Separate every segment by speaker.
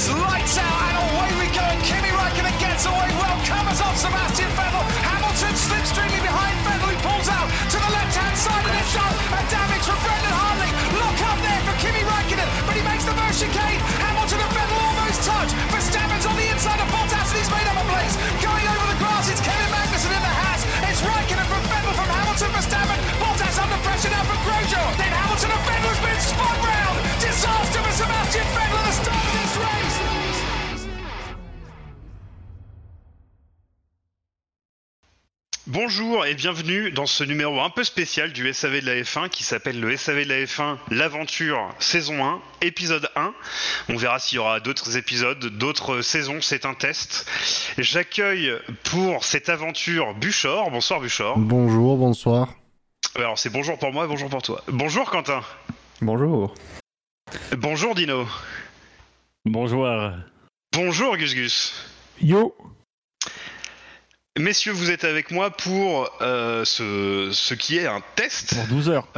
Speaker 1: It's lights out and away we go. And Kimi Räikkönen gets away well, covers off Sebastian Vettel. Hamilton slipstreaming behind Vettel, who pulls out to the left-hand side of the shot. A damage from Brendan Hartley. Look up there for Kimi Räikkönen, but he makes the first chicane. Hamilton and Vettel almost touch. Verstappen's on the inside of Bottas and he's made up a place. Going over the grass, it's Kevin Magnussen in the Haas. It's Räikkönen from Vettel, from Hamilton, Verstappen. Bottas under pressure now from Grosjean. Then Hamilton and Vettel has been spun round. Disaster for Sebastian Vettel at the start of this race.
Speaker 2: Bonjour et bienvenue dans ce numéro un peu spécial du SAV de la F1 qui s'appelle le SAV de la F1 L'Aventure saison 1, épisode 1. On verra s'il y aura d'autres épisodes, d'autres saisons, c'est un test. J'accueille pour cette aventure Buchor. Bonsoir Buchor.
Speaker 3: Bonjour, bonsoir.
Speaker 2: Alors c'est bonjour pour moi et bonjour pour toi. Bonjour Quentin.
Speaker 4: Bonjour.
Speaker 2: Bonjour Dino.
Speaker 5: Bonjour.
Speaker 2: Bonjour Gus Gus.
Speaker 4: Yo.
Speaker 2: Messieurs, vous êtes avec moi pour ce qui est un test.
Speaker 5: Pour 12 heures.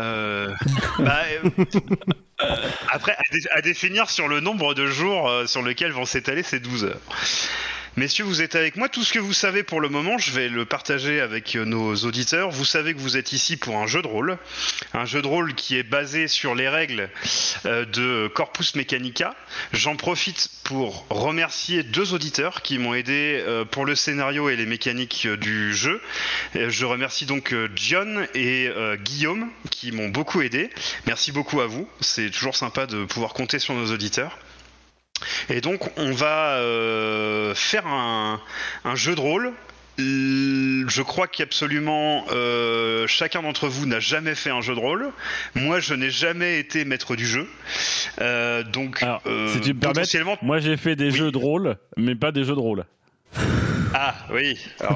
Speaker 2: Après, à définir sur le nombre de jours sur lequel vont s'étaler ces 12 heures. Messieurs, vous êtes avec moi. Tout ce que vous savez pour le moment, je vais le partager avec nos auditeurs. Vous savez que vous êtes ici pour un jeu de rôle. Un jeu de rôle qui est basé sur les règles de Corpus Mechanica. J'en profite pour remercier deux auditeurs qui m'ont aidé pour le scénario et les mécaniques du jeu. Je remercie donc John et Guillaume qui m'ont beaucoup aidé. Merci beaucoup à vous. C'est toujours sympa de pouvoir compter sur nos auditeurs. Et donc on va faire un jeu de rôle. Je crois qu'absolument chacun d'entre vous n'a jamais fait un jeu de rôle. Moi je n'ai jamais été maître du jeu. Donc
Speaker 5: alors, si tu me permets, moi j'ai fait des jeux de rôle, mais pas des jeux de rôle.
Speaker 2: Ah oui. Alors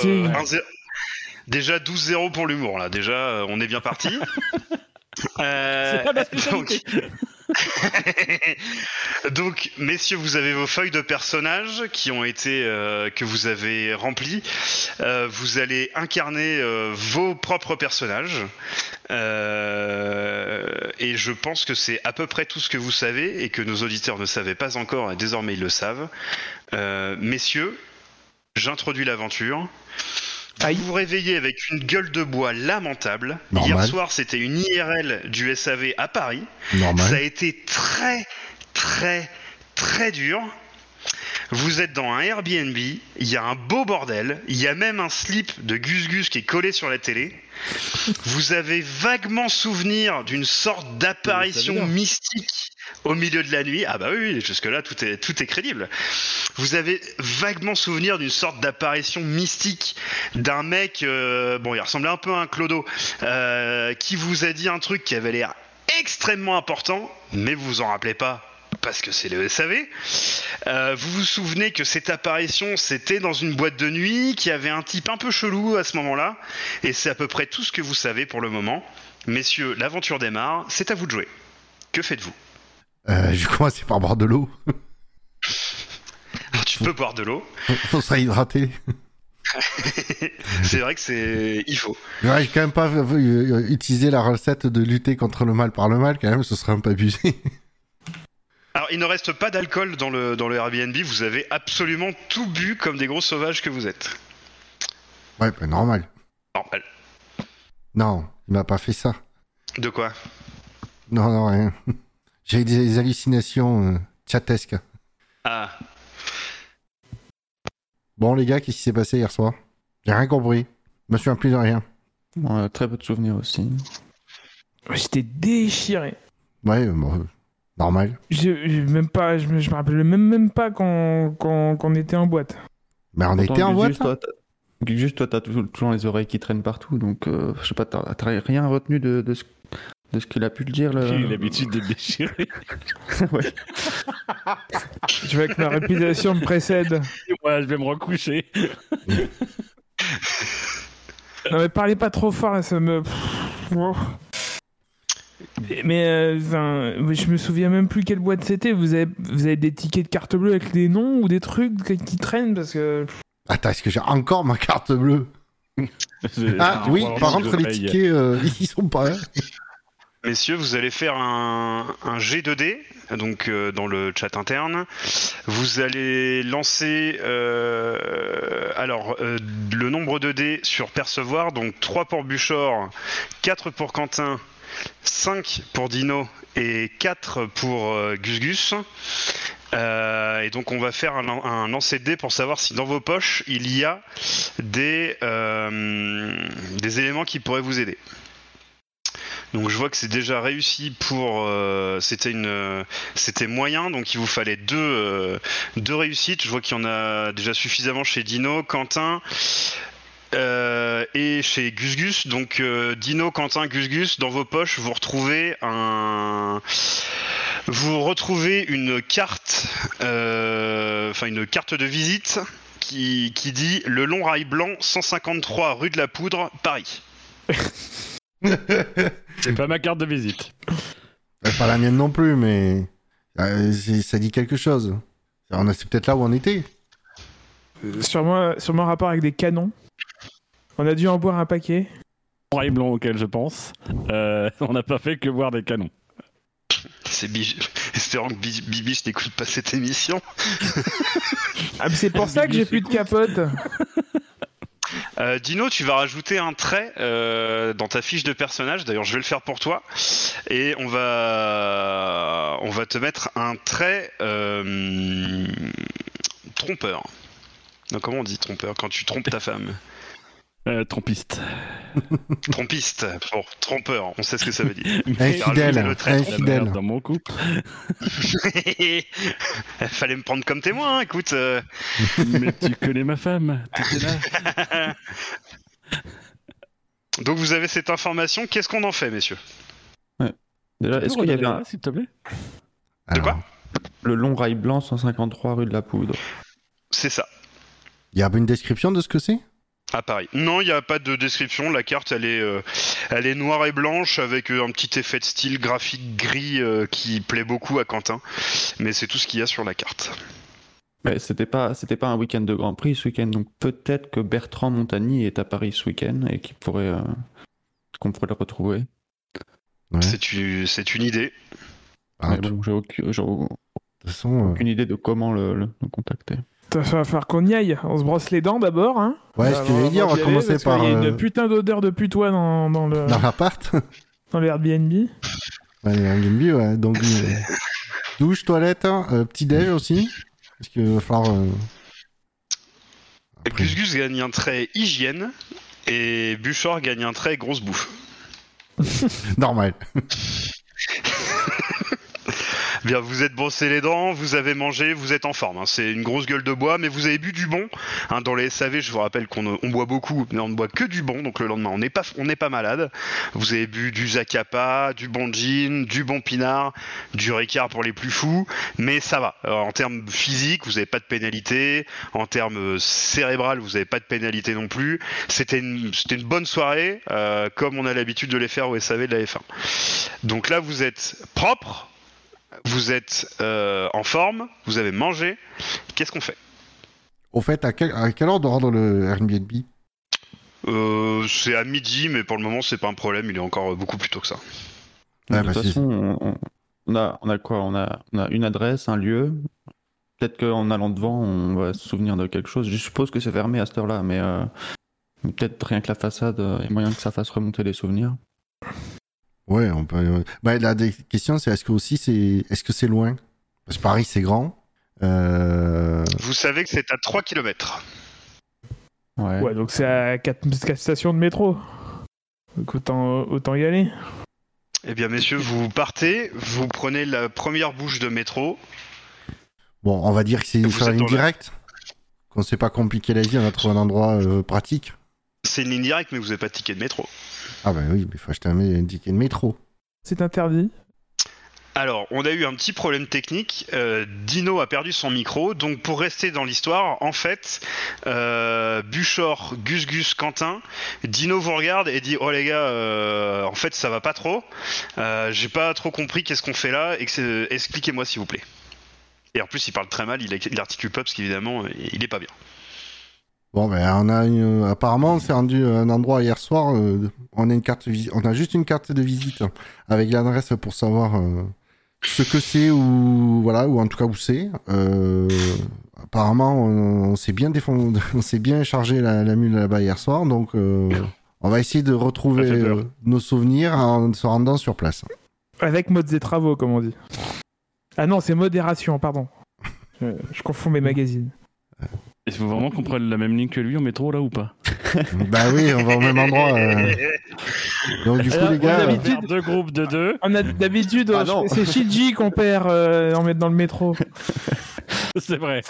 Speaker 2: déjà 12-0 pour l'humour là. Déjà on est bien parti.
Speaker 5: C'est pas ma spécialité.
Speaker 2: Donc, messieurs, vous avez vos feuilles de personnages qui ont été que vous avez remplies. Vous allez incarner vos propres personnages. Et je pense que c'est à peu près tout ce que vous savez et que nos auditeurs ne savaient pas encore et désormais ils le savent. Messieurs, j'introduis l'aventure. Vous vous réveillez avec une gueule de bois lamentable.
Speaker 3: Normal.
Speaker 2: Hier soir, c'était une IRL du SAV à Paris.
Speaker 3: Normal.
Speaker 2: Ça a été très, très, très dur. Vous êtes dans un Airbnb, il y a un beau bordel, il y a même un slip de Gus Gus qui est collé sur la télé. Vous avez vaguement souvenir d'une sorte d'apparition mystique au milieu de la nuit. Ah bah oui, jusque-là, tout est crédible. Vous avez vaguement souvenir d'une sorte d'apparition mystique d'un mec, il ressemblait un peu à un clodo, qui vous a dit un truc qui avait l'air extrêmement important, mais vous vous en rappelez pas. Parce que c'est le SAV. Vous vous souvenez que cette apparition, c'était dans une boîte de nuit, qui avait un type un peu chelou à ce moment-là. Et c'est à peu près tout ce que vous savez pour le moment. Messieurs, l'aventure démarre. C'est à vous de jouer. Que faites-vous ?
Speaker 3: Je vais commencer par boire de l'eau.
Speaker 2: Tu peux boire de l'eau.
Speaker 3: Faut se réhydrater.
Speaker 2: C'est vrai que il faut.
Speaker 3: Ouais, j'ai quand même pas utilisé la recette de lutter contre le mal par le mal, quand même, ce serait un peu abusé.
Speaker 2: Alors, il ne reste pas d'alcool dans le Airbnb. Vous avez absolument tout bu comme des gros sauvages que vous êtes.
Speaker 3: Ouais, bah, normal.
Speaker 2: Normal.
Speaker 3: Non, il m'a pas fait ça.
Speaker 2: De quoi ?
Speaker 3: Non, rien. J'ai eu des hallucinations chatesques.
Speaker 2: Ah.
Speaker 3: Bon, les gars, qu'est-ce qui s'est passé hier soir ? J'ai rien compris. Je me souviens plus de rien.
Speaker 4: Très peu de souvenirs aussi.
Speaker 6: J'étais déchiré.
Speaker 3: Ouais, bon, normal.
Speaker 6: Je me rappelle même pas qu'on était en boîte.
Speaker 3: Mais on était en boîte.
Speaker 4: Juste toi, t'as toujours les oreilles qui traînent partout, donc je sais pas, t'as rien retenu de ce qu'il a pu le dire là.
Speaker 5: J'ai eu l'habitude de déchirer.
Speaker 4: Ouais.
Speaker 6: Je veux que ma réputation me précède.
Speaker 5: Ouais, je vais me recoucher.
Speaker 6: Non mais parlez pas trop fort, là, ça me... Mais je me souviens même plus quelle boîte c'était. Vous avez des tickets de carte bleue avec des noms ou des trucs qui traînent parce que...
Speaker 3: Attends, est-ce que j'ai encore ma carte bleue ? Ah oui, par contre les tickets, ils sont pas là.
Speaker 2: Messieurs, vous allez faire un G2D, donc dans le chat interne. Vous allez lancer le nombre de dés sur percevoir, donc 3 pour Buchor, 4 pour Quentin, 5 pour Dino et 4 pour Gus Gus. Et donc on va faire un lancer de dés pour savoir si dans vos poches il y a des éléments qui pourraient vous aider. Donc je vois que c'est déjà réussi pour... c'était moyen, donc il vous fallait deux réussites. Je vois qu'il y en a déjà suffisamment chez Dino, Quentin et chez Gus Gus. Donc Dino, Quentin, Gus Gus, dans vos poches, vous retrouvez une carte, une carte de visite qui dit le long rail blanc, 153 rue de la Poudre, Paris.
Speaker 5: C'est pas ma carte de visite.
Speaker 3: Pas la mienne non plus, mais ça dit quelque chose. C'est peut-être là où on était.
Speaker 6: Sûrement rapport avec des canons. On a dû en boire un paquet.
Speaker 5: Le rail blanc auquel je pense, on n'a pas fait que boire des canons.
Speaker 2: Espérant que Bibiche n'écoute pas cette émission.
Speaker 6: Ah, mais c'est pour ça que j'ai plus de capote.
Speaker 2: Dino, tu vas rajouter un trait dans ta fiche de personnage. D'ailleurs, je vais le faire pour toi. Et on va te mettre un trait trompeur. Non, comment on dit trompeur quand tu trompes ta femme?
Speaker 5: Trompiste.
Speaker 2: Trompiste, bon, trompeur, on sait ce que ça veut dire.
Speaker 3: Infidèle.
Speaker 5: Dans mon couple.
Speaker 2: Fallait me prendre comme témoin, hein, écoute.
Speaker 5: Mais tu connais ma femme, t'étais là.
Speaker 2: Donc vous avez cette information, qu'est-ce qu'on en fait, messieurs?
Speaker 4: Ouais. Déjà, est-ce qu'il y avait
Speaker 5: s'il te plaît?
Speaker 2: De quoi?
Speaker 4: Le long rail blanc, 153 rue de la Poudre.
Speaker 2: C'est ça.
Speaker 3: Il y a une description de ce que c'est?
Speaker 2: À Paris. Non, il n'y a pas de description. La carte, elle est noire et blanche avec un petit effet de style graphique gris qui plaît beaucoup à Quentin. Mais c'est tout ce qu'il y a sur la carte.
Speaker 4: Ouais, c'était pas un week-end de Grand Prix ce week-end, donc peut-être que Bertrand Montagny est à Paris ce week-end et qu'on pourrait le retrouver.
Speaker 3: Ouais.
Speaker 2: C'est une idée.
Speaker 4: Mais bon, j'ai aucune idée de comment le contacter.
Speaker 6: Ça va falloir qu'on y aille. On se brosse les dents d'abord. Hein.
Speaker 3: Ouais, ce que j'allais dire, on va commencer par...
Speaker 6: Il y a une putain d'odeur de putois dans le...
Speaker 3: Dans l'appart.
Speaker 6: Dans le Airbnb.
Speaker 3: Ouais, le Airbnb, ouais. Donc, douche, toilette, petit-déj aussi. Parce qu'il va falloir...
Speaker 2: Gus Gus gagne un trait hygiène et Buchor gagne un trait grosse bouffe.
Speaker 3: Normal.
Speaker 2: Bien, vous êtes brossé les dents, vous avez mangé, vous êtes en forme. Hein. C'est une grosse gueule de bois, mais vous avez bu du bon. Hein, dans les SAV, je vous rappelle qu'on boit beaucoup, mais on ne boit que du bon. Donc le lendemain, on n'est pas malade. Vous avez bu du Zacapa, du bon gin, du bon pinard, du Ricard pour les plus fous. Mais ça va. Alors, en termes physiques, vous n'avez pas de pénalité. En termes cérébral, vous n'avez pas de pénalité non plus. C'était une bonne soirée, comme on a l'habitude de les faire au SAV de la F1. Donc là, vous êtes propre. Vous êtes en forme, vous avez mangé, qu'est-ce qu'on fait?
Speaker 3: Au fait, à quelle heure doit rendre le Airbnb?
Speaker 2: C'est à midi, mais pour le moment, c'est pas un problème, il est encore beaucoup plus tôt que ça.
Speaker 3: Ouais,
Speaker 4: De toute façon, on a quoi? On a une adresse, un lieu. Peut-être qu'en allant devant, on va se souvenir de quelque chose. Je suppose que c'est fermé à cette heure-là, mais peut-être rien que la façade, il y a moyen que ça fasse remonter les souvenirs.
Speaker 3: Ouais, on peut... la question, c'est est-ce que c'est loin? Parce que Paris, c'est grand.
Speaker 2: Vous savez que c'est à 3 km.
Speaker 6: Ouais, donc c'est à 4 stations de métro. Donc autant y aller.
Speaker 2: Eh bien, messieurs, vous partez, vous prenez la première bouche de métro.
Speaker 3: Bon, on va dire que c'est sur la ligne directe. Qu'on ne s'est pas compliqué la vie, on a trouvé un endroit pratique.
Speaker 2: C'est une ligne directe, mais vous n'avez pas de ticket de métro.
Speaker 3: Ah bah oui, mais il faut acheter un ticket de métro.
Speaker 6: C'est interdit.
Speaker 2: Alors, on a eu un petit problème technique. Dino a perdu son micro, donc pour rester dans l'histoire, en fait, Buchor, Gus Gus, Quentin, Dino vous regarde et dit « Oh les gars, en fait ça va pas trop. J'ai pas trop compris qu'est-ce qu'on fait là. Expliquez-moi s'il vous plaît. » Et en plus, il parle très mal, il articule pas parce qu'évidemment, il est pas bien.
Speaker 3: Bon, ben, apparemment, on s'est rendu à un endroit hier soir on a juste une carte de visite avec l'adresse pour savoir ce que c'est ou en tout cas où c'est. Apparemment, on s'est bien on s'est bien chargé la mule là-bas hier soir, donc on va essayer de retrouver nos souvenirs en se rendant sur place.
Speaker 6: Avec modes et travaux, comme on dit. Ah non, c'est modération, pardon. Je confonds mes magazines.
Speaker 5: Il faut vraiment qu'on prenne la même ligne que lui en métro, là, ou pas?
Speaker 3: Bah oui, on va au même endroit. Donc du coup, les gars...
Speaker 5: D'habitude, 2 groupes de 2.
Speaker 6: On a d'habitude, c'est Shiji qu'on perd en mettre dans le métro.
Speaker 5: C'est vrai.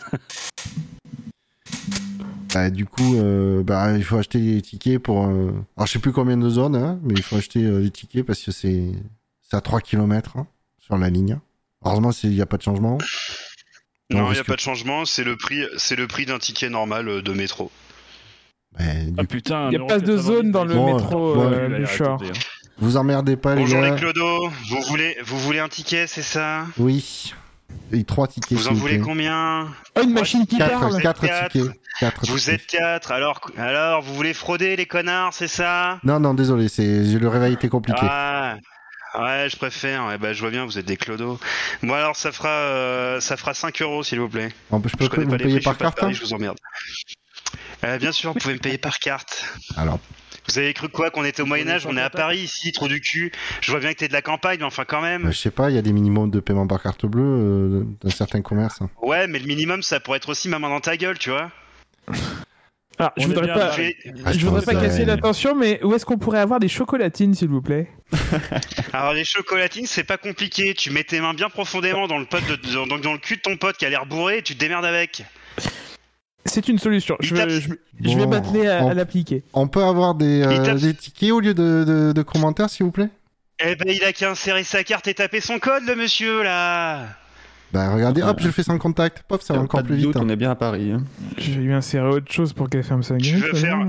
Speaker 3: Bah, du coup, il faut acheter les tickets pour... Alors, je sais plus combien de zones, hein, mais il faut acheter les tickets parce que c'est à 3 km sur la ligne. Heureusement, il n'y a pas de changement.
Speaker 2: Non, il n'y a pas de changement, c'est le prix d'un ticket normal de métro.
Speaker 5: Putain,
Speaker 6: il n'y a pas de zone dans le métro, Bouchard.
Speaker 3: Vous emmerdez pas, les gars.
Speaker 2: Bonjour les clodos, vous voulez un ticket, c'est ça?
Speaker 3: Oui. Et 3 tickets.
Speaker 2: Vous en voulez combien?
Speaker 6: Une machine qui parle.
Speaker 3: 4 tickets.
Speaker 2: Vous êtes 4, alors vous voulez frauder les connards, c'est ça?
Speaker 3: Non, désolé, le réveil était compliqué.
Speaker 2: Ah, ouais, je préfère, je vois bien, vous êtes des clodos. Bon alors ça fera 5 € s'il vous plaît.
Speaker 3: Je peux vous payer par carte,
Speaker 2: Paris, je vous emmerde. Bien sûr, vous pouvez me payer par carte.
Speaker 3: Alors.
Speaker 2: Vous avez cru quoi, qu'on était au Moyen-Âge? On est à Paris ici, trou du cul. Je vois bien que t'es de la campagne, mais enfin quand même.
Speaker 3: Je sais pas, il y a des minimums de paiement par carte bleue dans certains commerces.
Speaker 2: Ouais, mais le minimum ça pourrait être aussi ma main dans ta gueule, tu vois.
Speaker 6: Ah, je voudrais pas casser l'attention, mais où est-ce qu'on pourrait avoir des chocolatines, s'il vous plaît?
Speaker 2: Alors les chocolatines, c'est pas compliqué. Tu mets tes mains bien profondément dans le cul de ton pote qui a l'air bourré et tu te démerdes avec.
Speaker 6: C'est une solution. Je vais m'atteler à l'appliquer.
Speaker 3: On peut avoir des tickets au lieu de commentaires, s'il vous plaît?
Speaker 2: Eh ben, il a qu'à insérer sa carte et taper son code, le monsieur, là.
Speaker 3: Bah, regardez, hop, je le fais sans contact. Pop, ça va encore plus vite.
Speaker 4: On est bien à Paris. Hein.
Speaker 6: Je vais lui insérer autre chose pour qu'elle ferme sa gueule.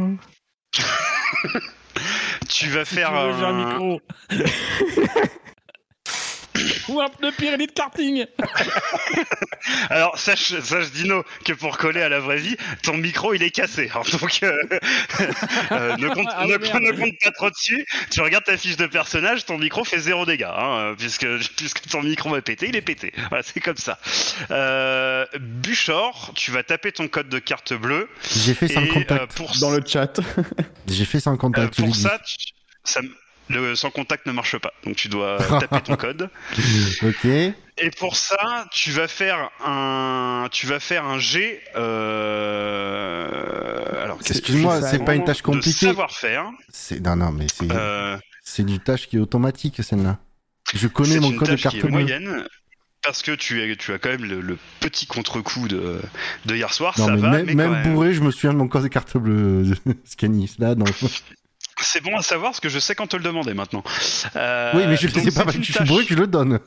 Speaker 2: Tu vas faire
Speaker 5: un micro. Ou un pneu Pirelli de karting.
Speaker 2: Alors, sache Dino, que pour coller à la vraie vie, ton micro, il est cassé. Alors, donc, ne compte pas trop dessus. Tu regardes ta fiche de personnage, ton micro fait 0 dégâts. Hein, puisque ton micro est pété, il est pété. Voilà, c'est comme ça. Buchor, tu vas taper ton code de carte bleue.
Speaker 3: J'ai fait sans contact.
Speaker 4: Dans le chat.
Speaker 3: J'ai fait sans contact.
Speaker 2: Pour ça, le sans contact ne marche pas, donc tu dois taper ton code.
Speaker 3: Ok.
Speaker 2: Et pour ça, tu vas faire un jet. Alors,
Speaker 3: excuse-moi, c'est pas une tâche compliquée.
Speaker 2: De savoir-faire.
Speaker 3: Non, mais c'est une tâche qui est automatique, celle-là. Je connais mon code de carte bleue.
Speaker 2: Moyenne. Parce que tu as quand même le petit contre-coup de hier soir,
Speaker 3: non,
Speaker 2: ça va.
Speaker 3: Mais même bourré, je me souviens de mon code de carte bleue, Scanny. Là, donc.
Speaker 2: C'est bon à savoir parce que je sais quand te le demander maintenant.
Speaker 3: Oui, mais je ne sais pas parce que je suis bourré que je le donne.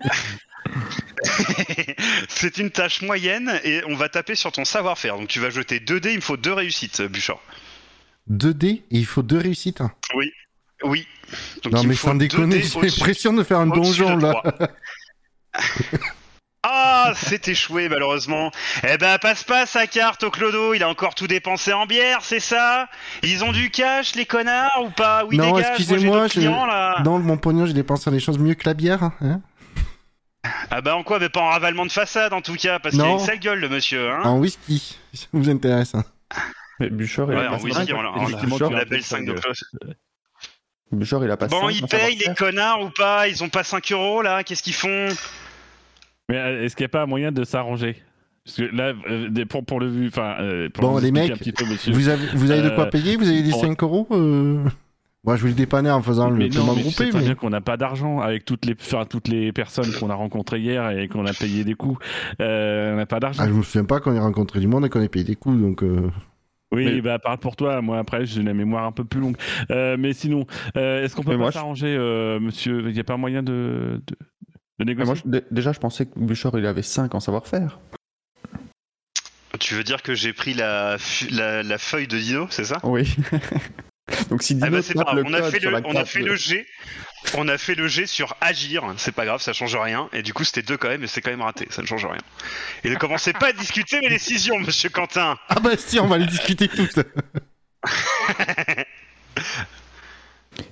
Speaker 2: C'est une tâche moyenne et on va taper sur ton savoir-faire. Donc tu vas jeter 2 dés, il me faut 2 réussites, Buchor.
Speaker 3: 2 dés et il faut 2 réussites?
Speaker 2: Oui. Donc,
Speaker 3: non mais sans déconner, j'ai l'impression de faire un donjon là.
Speaker 2: Ah, c'est échoué malheureusement. Eh ben passe pas sa carte au clodo, il a encore tout dépensé en bière, c'est ça? Ils ont du cash les connards ou pas? Oui,
Speaker 3: non,
Speaker 2: dégage,
Speaker 3: excusez-moi,
Speaker 2: là.
Speaker 3: Dans mon pognon j'ai dépensé des choses mieux que la bière. Hein,
Speaker 2: ah bah en quoi? Mais pas en ravalement de façade en tout cas, parce qu'il a une sale gueule le monsieur. Hein,
Speaker 3: en whisky, ça vous intéresse. Hein.
Speaker 4: Mais Buchor, il a
Speaker 2: en whisky, on l'appelle 5 de cloche.
Speaker 4: Buchor, il a pas
Speaker 2: bon, ils payent les connards ou pas? Ils ont pas 5 € là, qu'est-ce qu'ils font?
Speaker 5: Mais est-ce qu'il n'y a pas moyen de s'arranger? Parce que là, pour le vu,
Speaker 3: bon, les mecs,
Speaker 5: peu, monsieur,
Speaker 3: vous avez de quoi payer? Vous avez des 5 €? Moi, je vais le dépanner en faisant le paiement groupé.
Speaker 5: Mais bien qu'on n'a pas d'argent avec toutes les personnes qu'on a rencontrées hier et qu'on a payé des coups. On n'a pas d'argent.
Speaker 3: Ah, je me souviens pas qu'on ait rencontré du monde et qu'on ait payé des coups, donc.
Speaker 5: Oui, bah parle pour toi. Moi, après, j'ai la mémoire un peu plus longue. Mais sinon, est-ce qu'on peut pas s'arranger, monsieur? Il n'y a pas moyen de négocier?
Speaker 4: Moi, déjà, je pensais que Buchor, il avait 5 en savoir-faire.
Speaker 2: Tu veux dire que j'ai pris la feuille de Dino, c'est ça?
Speaker 4: Oui. Donc si Dino
Speaker 2: c'est pas grave. On a fait le jet sur agir, c'est pas grave, ça change rien. Et du coup, c'était 2 quand même, mais c'est quand même raté, ça ne change rien. Et ne commencez pas à discuter mes décisions, monsieur Quentin.
Speaker 3: Ah bah si, on va les discuter toutes.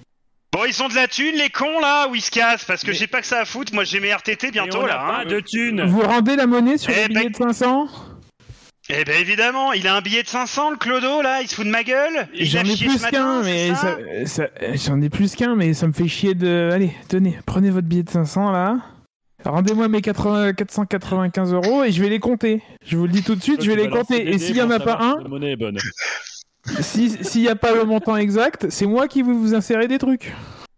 Speaker 2: ils ont de la thune, les cons, là, ou ils se cassent? Parce que j'ai pas que ça à foutre. Moi, j'ai mes RTT bientôt, là.
Speaker 5: Pas de thunes.
Speaker 6: Vous rendez la monnaie sur les billets de 500?
Speaker 2: Eh ben évidemment, il a un billet de 500, le Clodo, là, il se fout de ma gueule.
Speaker 6: J'en ai plus qu'un, mais j'en ai plus qu'un, mais ça me fait chier de... Allez, tenez, prenez votre billet de 500, là. Rendez-moi mes 495 € et je vais les compter. Je vous le dis tout de suite, je vais les compter. Et s'il y en a pas un...
Speaker 5: La monnaie est bonne.
Speaker 6: S'il y a pas le montant exact, c'est moi qui vais vous insérer des trucs.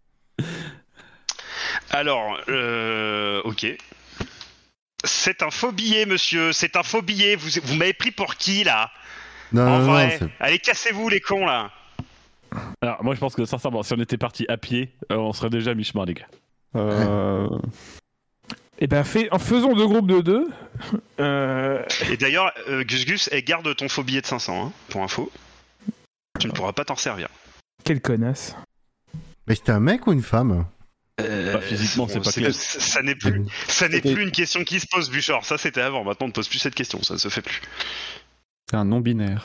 Speaker 2: Alors, ok. C'est un faux billet, monsieur. C'est un faux billet. Vous m'avez pris pour qui, là? En vrai. Allez, cassez-vous, les cons, là.
Speaker 5: Alors, moi, je pense que, sincèrement, si on était parti à pied, on serait déjà à mi-chemin, les gars.
Speaker 6: Eh ben, faisons 2 groupes de 2.
Speaker 2: Et d'ailleurs, Gus, garde ton faux billet de 500, hein, pour info. Tu ne pourras pas t'en servir.
Speaker 6: Quelle connasse.
Speaker 3: Mais c'était un mec ou une femme?
Speaker 5: Physiquement, c'est pas clair.
Speaker 2: Ça n'est plus une question qui se pose, Buchor. Ça, c'était avant. Maintenant, on ne pose plus cette question. Ça ne se fait plus.
Speaker 4: C'est un non-binaire.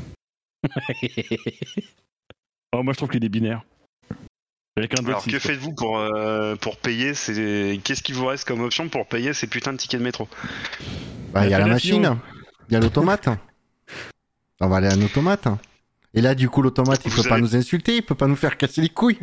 Speaker 5: Oh, moi, je trouve qu'il est binaire.
Speaker 2: Alors, que faites-vous pour payer Qu'est-ce qui vous reste comme option pour payer ces putains de tickets de métro?
Speaker 3: Bah, il y a la machine. Il y a l'automate. On va aller à un automate. Et là, du coup, l'automate, il peut pas nous insulter. Il peut pas nous faire casser les couilles.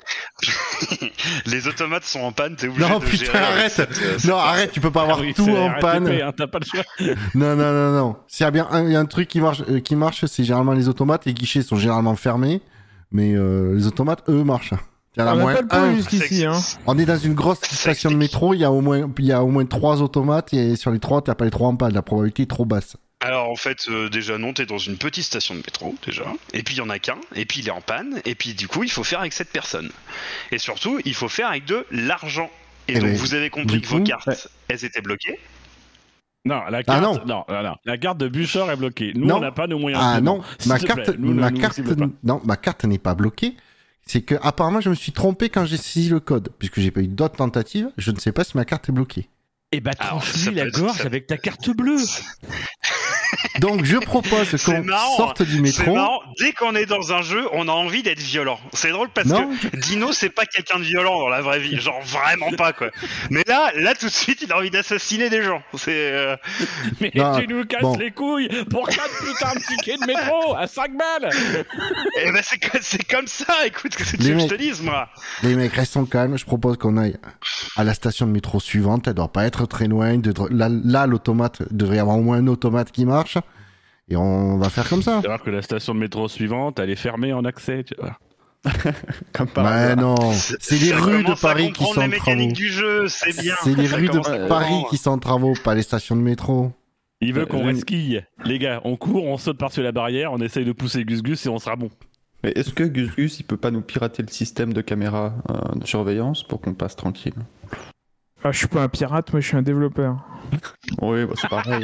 Speaker 2: Les automates sont en panne, t'es obligé de
Speaker 3: putain,
Speaker 2: gérer.
Speaker 3: Arrête. Non, arrête, tu peux pas avoir tout en panne.
Speaker 5: T'as pas le choix.
Speaker 3: Non. S'il y a bien un truc qui marche, c'est généralement les automates. Les guichets sont généralement fermés, mais les automates, eux, marchent.
Speaker 6: On n'a pas le point jusqu'ici, hein.
Speaker 3: On est dans une grosse station de métro, il y a au moins 3 automates, et sur les 3, t'as pas les 3 en panne. La probabilité est trop basse.
Speaker 2: Alors en fait, déjà non, t'es dans une petite station de métro, déjà. Et puis il y en a qu'un, et puis il est en panne, et puis du coup, il faut faire avec cette personne. Et surtout, il faut faire avec de l'argent. Et donc vous avez compris que vos cartes, elles étaient bloquées.
Speaker 5: Non, la carte, non, la carte de Buchor est bloquée. Nous, on n'a pas nos moyens.
Speaker 3: Ah non, ma carte n'est pas bloquée. C'est que apparemment, je me suis trompé quand j'ai saisi le code, puisque j'ai pas eu d'autres tentatives. Je ne sais pas si ma carte est bloquée.
Speaker 5: Eh bah, tranche-lui la gorge avec ta carte bleue.
Speaker 3: Donc, je propose qu'on sorte du métro.
Speaker 2: C'est marrant. Dès qu'on est dans un jeu, on a envie d'être violent. C'est drôle parce que Dino, c'est pas quelqu'un de violent dans la vraie vie. Genre, vraiment pas, quoi. Mais là, tout de suite, il a envie d'assassiner des gens.
Speaker 5: Mais tu nous casses les couilles pour 4 putains de tickets de métro à 5 balles.
Speaker 3: Eh
Speaker 2: ben, c'est comme ça. Écoute, que tu veux que je te dise, moi.
Speaker 3: Les mecs, restons calmes. Je propose qu'on aille à la station de métro suivante. Elle doit pas être très loin. Là, l'automate, devrait y avoir au moins un automate qui marche. Et on va faire comme ça.
Speaker 5: C'est vrai que la station de métro suivante, elle est fermée en accès, tu vois.
Speaker 3: Comme par hasard. Non, c'est les rues de Paris qui sont en travaux.
Speaker 2: Du jeu, c'est bien.
Speaker 3: C'est les rues de Paris qui sont en travaux, pas les stations de métro.
Speaker 5: Il veut qu'on resquille. Les gars, on court, on saute par-dessus la barrière, on essaye de pousser Gus et on sera bon.
Speaker 4: Mais est-ce que Gus, il peut pas nous pirater le système de caméra de surveillance pour qu'on passe tranquille?
Speaker 6: Ah, je suis pas un pirate, moi je suis un développeur.
Speaker 4: Oui, bah, c'est pareil.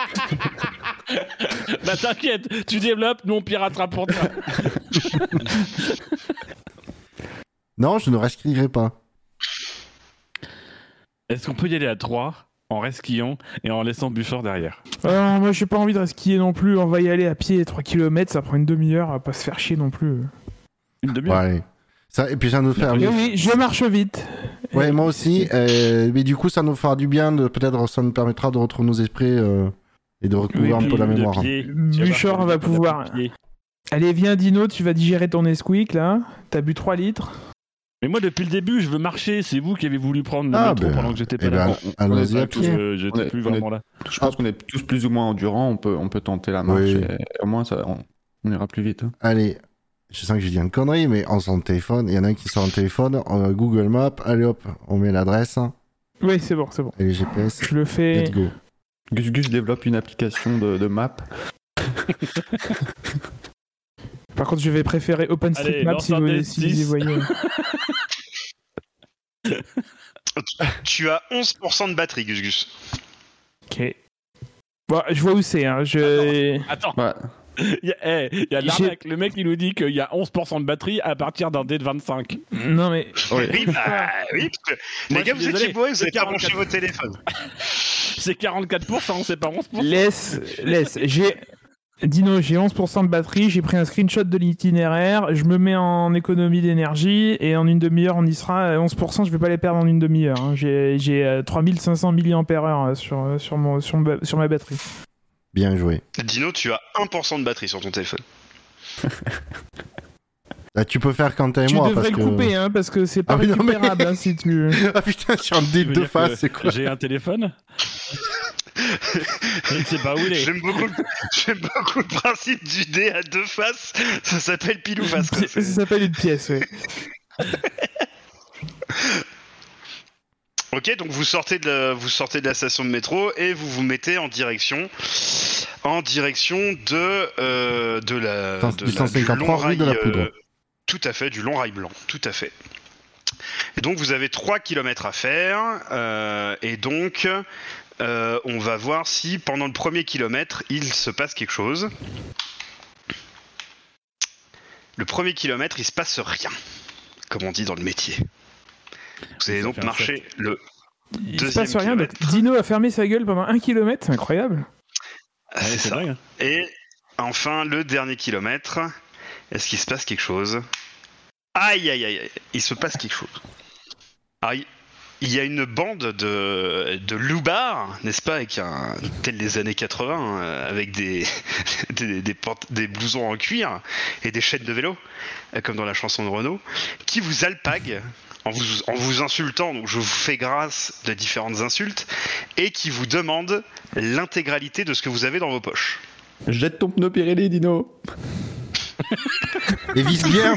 Speaker 5: Bah t'inquiète, tu développes, nous on piratera pour toi.
Speaker 3: Non, je ne resquillerai pas.
Speaker 5: Est-ce qu'on peut y aller à 3 en resquillant et en laissant Buchor derrière?
Speaker 6: Moi j'ai pas envie de resquiller non plus, on va y aller à pied 3 km, ça prend une demi-heure, à pas se faire chier non plus.
Speaker 5: Une demi-heure?
Speaker 3: Ouais. Ça, et puis ça nous fait...
Speaker 6: Oui, je marche vite.
Speaker 3: Ouais, moi aussi. Mais du coup, ça nous fera du bien. Peut-être ça nous permettra de retrouver nos esprits et de recouvrir un peu la mémoire.
Speaker 6: Buchor va pouvoir... Allez, viens Dino, tu vas digérer ton Nesquik, là. T'as bu 3 litres.
Speaker 5: Mais moi, depuis le début, je veux marcher. C'est vous qui avez voulu prendre le métro pendant que j'étais pas là.
Speaker 3: Allons-y à pied.
Speaker 5: J'étais plus vraiment là.
Speaker 4: Je pense qu'on est tous plus ou moins endurants. On peut tenter la marche.
Speaker 3: Oui.
Speaker 4: Et au moins, on ira plus vite. Hein.
Speaker 3: Allez. Je sens que j'ai dit une connerie, mais on sort le téléphone. Il y en a un qui sort le téléphone. On a Google Maps. Allez hop, on met l'adresse.
Speaker 6: Oui, c'est bon.
Speaker 3: Et les GPS.
Speaker 6: Je le fais.
Speaker 3: Let's go.
Speaker 4: Gus développe une application de map.
Speaker 6: Par contre, je vais préférer OpenStreetMap si vous les voyez.
Speaker 2: Tu as 11% de batterie, Gus.
Speaker 6: Ok. Bon, je vois où c'est. Hein.
Speaker 5: Attends.
Speaker 4: Ouais.
Speaker 5: Il y a l'arnaque. Le mec il nous dit qu'il y a 11% de batterie à partir d'un dé de 25.
Speaker 6: Non mais...
Speaker 2: Oui, parce que les gars, vous étiez bourrés, vous avez pas branché vos téléphones.
Speaker 5: C'est 44%, c'est pas 11%.
Speaker 6: Laisse. Dino, j'ai 11% de batterie, j'ai pris un screenshot de l'itinéraire, je me mets en économie d'énergie et en une demi-heure on y sera à 11%, je vais pas les perdre en une demi-heure. Hein. J'ai 3500 mAh sur ma batterie.
Speaker 3: Bien joué.
Speaker 2: Dino, tu as 1% de batterie sur ton téléphone.
Speaker 3: Là, tu peux faire Quentin et
Speaker 6: tu
Speaker 3: moi.
Speaker 6: Tu devrais le couper, hein, parce que c'est pas récupérable hein, si tu...
Speaker 3: Ah putain, sur un dé de face, c'est quoi?
Speaker 5: J'ai un téléphone. Je ne sais pas où il est.
Speaker 2: J'aime beaucoup le principe du dé à deux faces. Ça s'appelle pile ou face.
Speaker 6: Ça s'appelle une pièce, oui.
Speaker 2: Ok, donc vous sortez de la station de métro et vous vous mettez en direction du
Speaker 3: 153 rue de la Poudre.
Speaker 2: Tout à fait, du long rail blanc, tout à fait. Et donc vous avez 3 km à faire, et donc on va voir si pendant le premier kilomètre il se passe quelque chose. Le premier kilomètre il se passe rien, comme on dit dans le métier. Vous allez donc marcher le
Speaker 6: il
Speaker 2: deuxième
Speaker 6: se passe rien,
Speaker 2: kilomètre.
Speaker 6: donc Dino a fermé sa gueule pendant 1 km, c'est incroyable.
Speaker 2: C'est ça.
Speaker 5: Dingue.
Speaker 2: Et enfin le dernier kilomètre, est-ce qu'il se passe quelque chose? Aïe aïe aïe, il se passe quelque chose. Alors, il y a une bande de loupards, n'est-ce pas, avec tel des années 80, avec des blousons en cuir et des chaînes de vélo, comme dans la chanson de Renaud, qui vous alpaguent en vous insultant, donc je vous fais grâce de différentes insultes, et qui vous demandent l'intégralité de ce que vous avez dans vos poches.
Speaker 4: Jette ton pneu Pirelli, Dino.
Speaker 3: Et vise bien.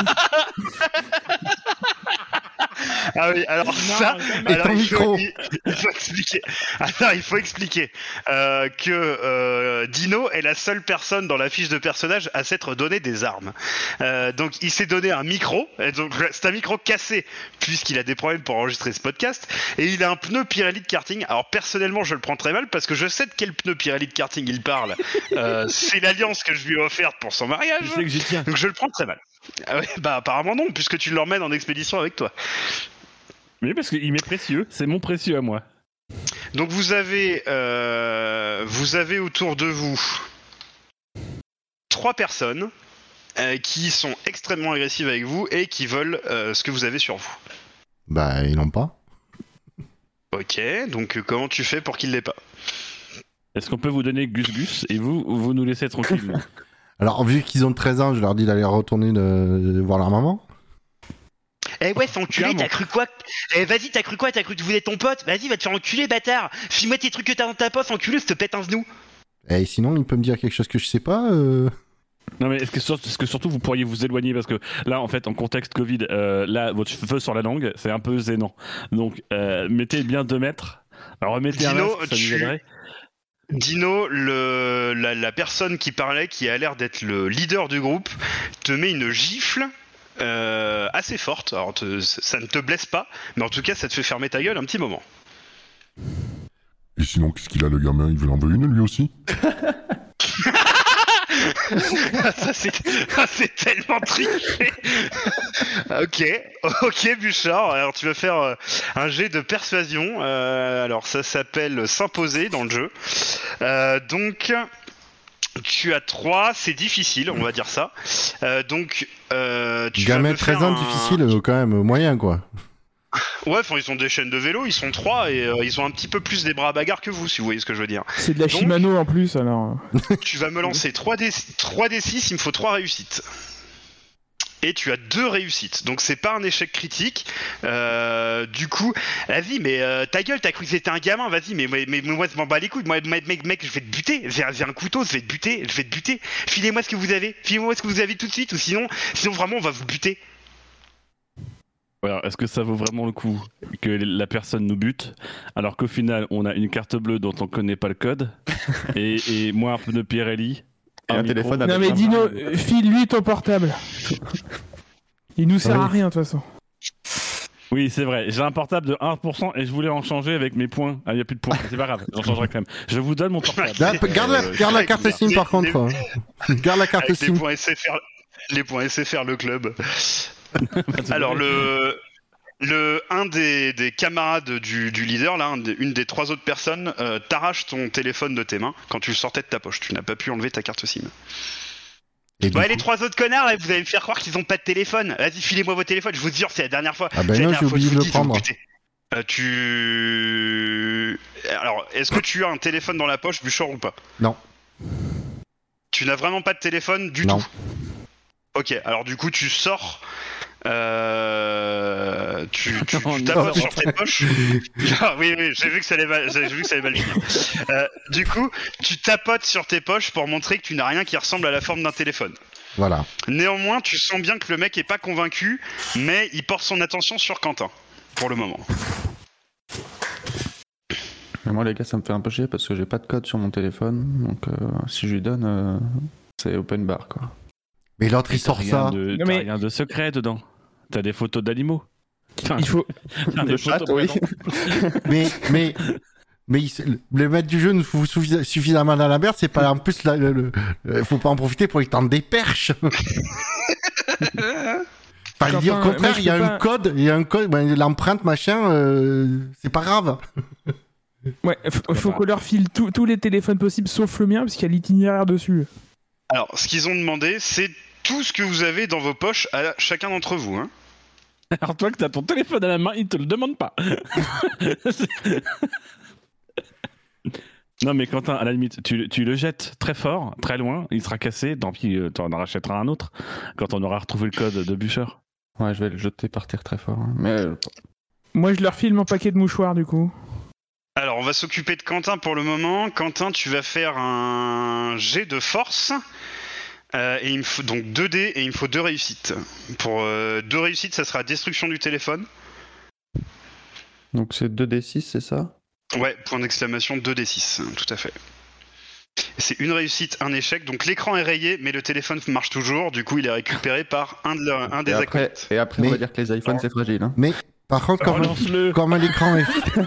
Speaker 2: Ah oui, alors ça,
Speaker 3: et ton micro.
Speaker 2: Il faut expliquer. Alors, il faut expliquer que Dino est la seule personne dans la fiche de personnage à s'être donné des armes. Donc il s'est donné un micro, et donc c'est un micro cassé puisqu'il a des problèmes pour enregistrer ce podcast, et il a un pneu Pirelli de karting. Alors personnellement, je le prends très mal parce que je sais de quel pneu Pirelli de karting il parle. C'est l'alliance que je lui ai offerte pour son mariage.
Speaker 5: Je sais que j'y tiens.
Speaker 2: Donc je le prends très mal. Ah ouais, bah apparemment non, puisque tu l'emmènes en expédition avec toi.
Speaker 5: Oui, parce qu'il m'est précieux, c'est mon précieux à moi.
Speaker 2: Donc vous avez autour de vous 3 personnes qui sont extrêmement agressives avec vous et qui veulent ce que vous avez sur vous.
Speaker 3: Bah, ils l'ont pas.
Speaker 2: Ok, donc comment tu fais pour qu'ils l'aient pas?
Speaker 5: Est-ce qu'on peut vous donner Gus Gus et vous nous laissez tranquille?
Speaker 3: Alors, vu qu'ils ont 13 ans, je leur dis d'aller retourner voir leur maman.
Speaker 7: Eh ouais, c'est enculé, t'as cru quoi? Eh vas-y, t'as cru quoi? T'as cru que tu voulais ton pote? Vas-y, va te faire enculer, bâtard! File-moi tes trucs que t'as dans ta poche, enculé, je te pète un genou!
Speaker 3: Et sinon, il peut me dire quelque chose que je sais pas
Speaker 5: Non mais est-ce que surtout vous pourriez vous éloigner, parce que là en fait en contexte Covid, là votre cheveu sur la langue c'est un peu gênant, donc mettez bien 2 mètres, alors remettez un masque, ça nous aiderait.
Speaker 2: Dino, la personne qui parlait, qui a l'air d'être le leader du groupe, te met une gifle assez forte. Alors ça ne te blesse pas, mais en tout cas ça te fait fermer ta gueule un petit moment.
Speaker 8: Et sinon, qu'est-ce qu'il a le gamin? Il veut en veut une lui aussi?
Speaker 2: Ça c'est tellement triché. Ok Bouchard, alors tu vas faire un jet de persuasion, alors ça s'appelle s'imposer dans le jeu, donc tu as 3, c'est difficile on va dire ça, donc tu
Speaker 3: gamin
Speaker 2: vas me
Speaker 3: de 13
Speaker 2: faire
Speaker 3: ans, difficile quand même, moyen quoi.
Speaker 2: Ouais, ils ont des chaînes de vélo, ils sont 3 et ils ont un petit peu plus des bras à bagarre que vous, si vous voyez ce que je veux dire.
Speaker 6: C'est de la
Speaker 2: Donc,
Speaker 6: Shimano en plus, alors.
Speaker 2: Tu vas me lancer 3d6, il me faut 3 réussites. Et tu as 2 réussites, donc c'est pas un échec critique. Du coup, vas-y, mais ta gueule, t'as cru que c'était un gamin, vas-y, mais moi je m'en bats les couilles, moi mec, je vais te buter, j'ai un couteau, je vais te buter. Filez-moi ce que vous avez tout de suite, ou sinon vraiment on va vous buter.
Speaker 5: Alors, est-ce que ça vaut vraiment le coup que la personne nous bute, alors qu'au final, on a une carte bleue dont on connaît pas le code, et moi un pneu Pirelli,
Speaker 4: un téléphone avec
Speaker 6: non mais Dino, file-lui ton portable. Il nous sert à rien de toute façon.
Speaker 5: Oui, c'est vrai, j'ai un portable de 1% et je voulais en changer avec mes points. Ah, il n'y a plus de points, c'est pas grave, j'en changerai quand même. Je vous donne mon portable.
Speaker 3: Garde la carte SIM par contre. Garde la carte SIM.
Speaker 2: Les points SFR, le club. Alors un des camarades du leader, là, une des 3 autres personnes, t'arrache ton téléphone de tes mains quand tu le sortais de ta poche. Tu n'as pas pu enlever ta carte SIM.
Speaker 7: Ouais, les 3 autres connards, là, vous allez me faire croire qu'ils ont pas de téléphone. Vas-y, filez-moi vos téléphones, je vous jure, c'est la dernière fois.
Speaker 3: Ah ben non, j'ai oublié de le prendre.
Speaker 2: Alors, est-ce que tu as un téléphone dans la poche, Buchor, ou pas?
Speaker 3: Non.
Speaker 2: Tu n'as vraiment pas de téléphone du
Speaker 3: Non.
Speaker 2: tout? Ok, alors du coup, tu sors... tu tapotes sur tes poches. Ah, oui, j'ai vu que ça allait mal finir. Du coup, tu tapotes sur tes poches pour montrer que tu n'as rien qui ressemble à la forme d'un téléphone.
Speaker 3: Voilà.
Speaker 2: Néanmoins, tu sens bien que le mec est pas convaincu, mais il porte son attention sur Quentin, pour le moment.
Speaker 4: Mais moi, les gars, ça me fait un peu chier parce que j'ai pas de code sur mon téléphone. Donc, si je lui donne, c'est open bar, quoi.
Speaker 3: Mais l'autre, il sort ça.
Speaker 5: T'as rien de secret dedans. T'as des photos d'animaux. Enfin,
Speaker 6: Il faut.
Speaker 4: De chat, oui.
Speaker 3: mais le maître du jeu nous fout suffisamment dans la merde, c'est pas en plus faut pas en profiter pour lui tendre des perches. Enfin, dire au contraire, il y a un code, l'empreinte machin, c'est pas grave.
Speaker 6: Ouais, faut qu'on leur file tous les téléphones possibles sauf le mien parce qu'il y a l'itinéraire dessus.
Speaker 2: Alors, ce qu'ils ont demandé, c'est tout ce que vous avez dans vos poches à chacun d'entre vous, hein.
Speaker 5: Alors toi que t'as ton téléphone à la main, ils te le demandent pas. Non mais Quentin, à la limite, tu le jettes très fort, très loin, il sera cassé, tant pis, t'en rachèteras un autre quand on aura retrouvé le code de Bûcher.
Speaker 4: Ouais, je vais le jeter par terre très fort. Hein. Mais
Speaker 6: moi, je leur file mon paquet de mouchoirs du coup.
Speaker 2: Alors, on va s'occuper de Quentin pour le moment. Quentin, tu vas faire un jet de force. Et il me faut donc 2 dés et il me faut 2 réussites. Pour 2 réussites, ça sera destruction du téléphone.
Speaker 4: Donc c'est 2d6, c'est ça?
Speaker 2: Ouais, point d'exclamation 2d6, tout à fait. C'est une réussite, un échec. Donc l'écran est rayé, mais le téléphone marche toujours. Du coup, il est récupéré par un des acolytes.
Speaker 4: Et après, on va dire que les iPhones, c'est fragile. Hein.
Speaker 3: Mais par contre, comme l'écran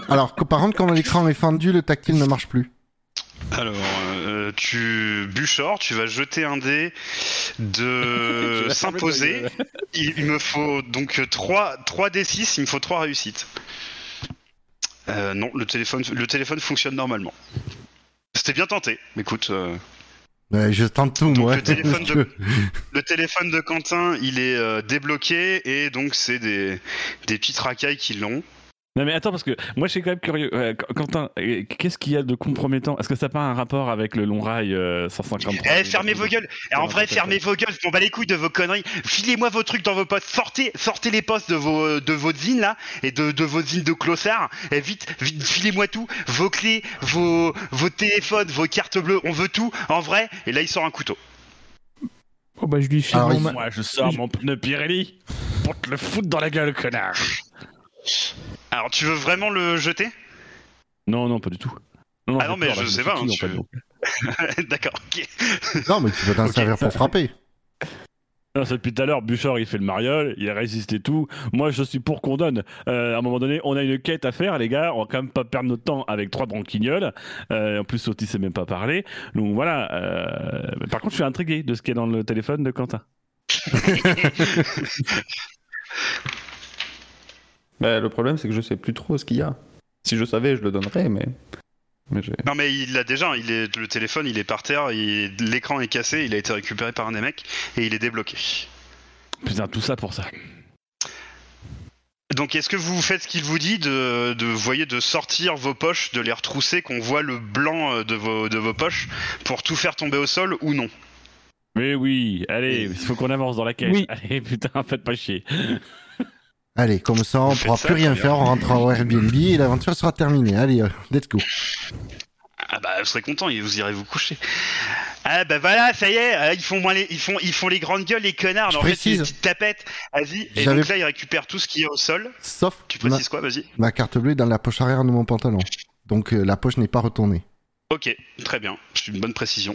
Speaker 3: est fendu, le tactile ne marche plus.
Speaker 2: Alors, Buchor, tu vas jeter un dé de s'imposer. Il me faut donc 3 D6, il me faut 3 réussites. Non, le téléphone fonctionne normalement. C'était bien tenté, écoute.
Speaker 3: Ouais, je tente tout, moi.
Speaker 2: Le téléphone de Quentin, il est débloqué et donc c'est des petites racailles qui l'ont.
Speaker 5: Non mais attends, parce que moi je suis quand même curieux. Quentin, qu'est-ce qu'il y a de compromettant? Est-ce que ça n'a pas un rapport avec le long rail 153?
Speaker 2: Fermez vos gueules. En vrai, fermez vos gueules. Je m'en bats les couilles de vos conneries. Filez-moi vos trucs dans vos poches. Sortez les postes de votre zine là et de votre zine de clossard. Et vite, filez-moi tout. Vos clés, vos téléphones, vos cartes bleues. On veut tout. En vrai. Et là, il sort un couteau.
Speaker 6: Oh bah je lui file
Speaker 5: Moi je sors mon pneu Pirelli pour te le foutre dans la gueule, connard.
Speaker 2: Alors, tu veux vraiment le jeter?
Speaker 5: Non, pas du tout.
Speaker 2: Non, mais je sais pas. D'accord, ok.
Speaker 3: Non, mais tu peux t'en servir pour frapper.
Speaker 5: Non, c'est depuis tout à l'heure, Bûcher il fait le mariole, il résiste et tout. Moi je suis pour qu'on donne. À un moment donné, on a une quête à faire, les gars. On va quand même pas perdre notre temps avec 3 branquignoles. En plus, Sauty sait même pas parler. Donc voilà. Par contre, je suis intrigué de ce qu'il y a dans le téléphone de Quentin.
Speaker 4: Bah, le problème, c'est que je sais plus trop ce qu'il y a. Si je savais, je le donnerais, mais
Speaker 2: non, mais il l'a déjà. Le téléphone, il est par terre. L'écran est cassé. Il a été récupéré par un des mecs et il est débloqué.
Speaker 5: Putain, tout ça pour ça.
Speaker 2: Donc, est-ce que vous faites ce qu'il vous dit de sortir vos poches, de les retrousser, qu'on voit le blanc de vos poches pour tout faire tomber au sol ou non?
Speaker 5: Mais oui, allez, il faut qu'on avance dans la quête.
Speaker 6: Oui.
Speaker 5: Allez, putain, faites pas chier.
Speaker 3: Allez, comme ça, on pourra plus rien faire, on rentre en Airbnb et l'aventure sera terminée. Allez, let's go.
Speaker 2: Ah bah, vous serez content, vous irez vous coucher. Ah bah voilà, ça y est, ils font les grandes gueules, les connards. En fait, c'est des petites tapettes. Vas-y. Et donc là, ils récupèrent tout ce qui est au sol.
Speaker 3: Sauf.
Speaker 2: Tu précises quoi, vas-y.
Speaker 3: Ma carte bleue est dans la poche arrière de mon pantalon. Donc la poche n'est pas retournée.
Speaker 2: Ok, très bien, c'est une bonne précision.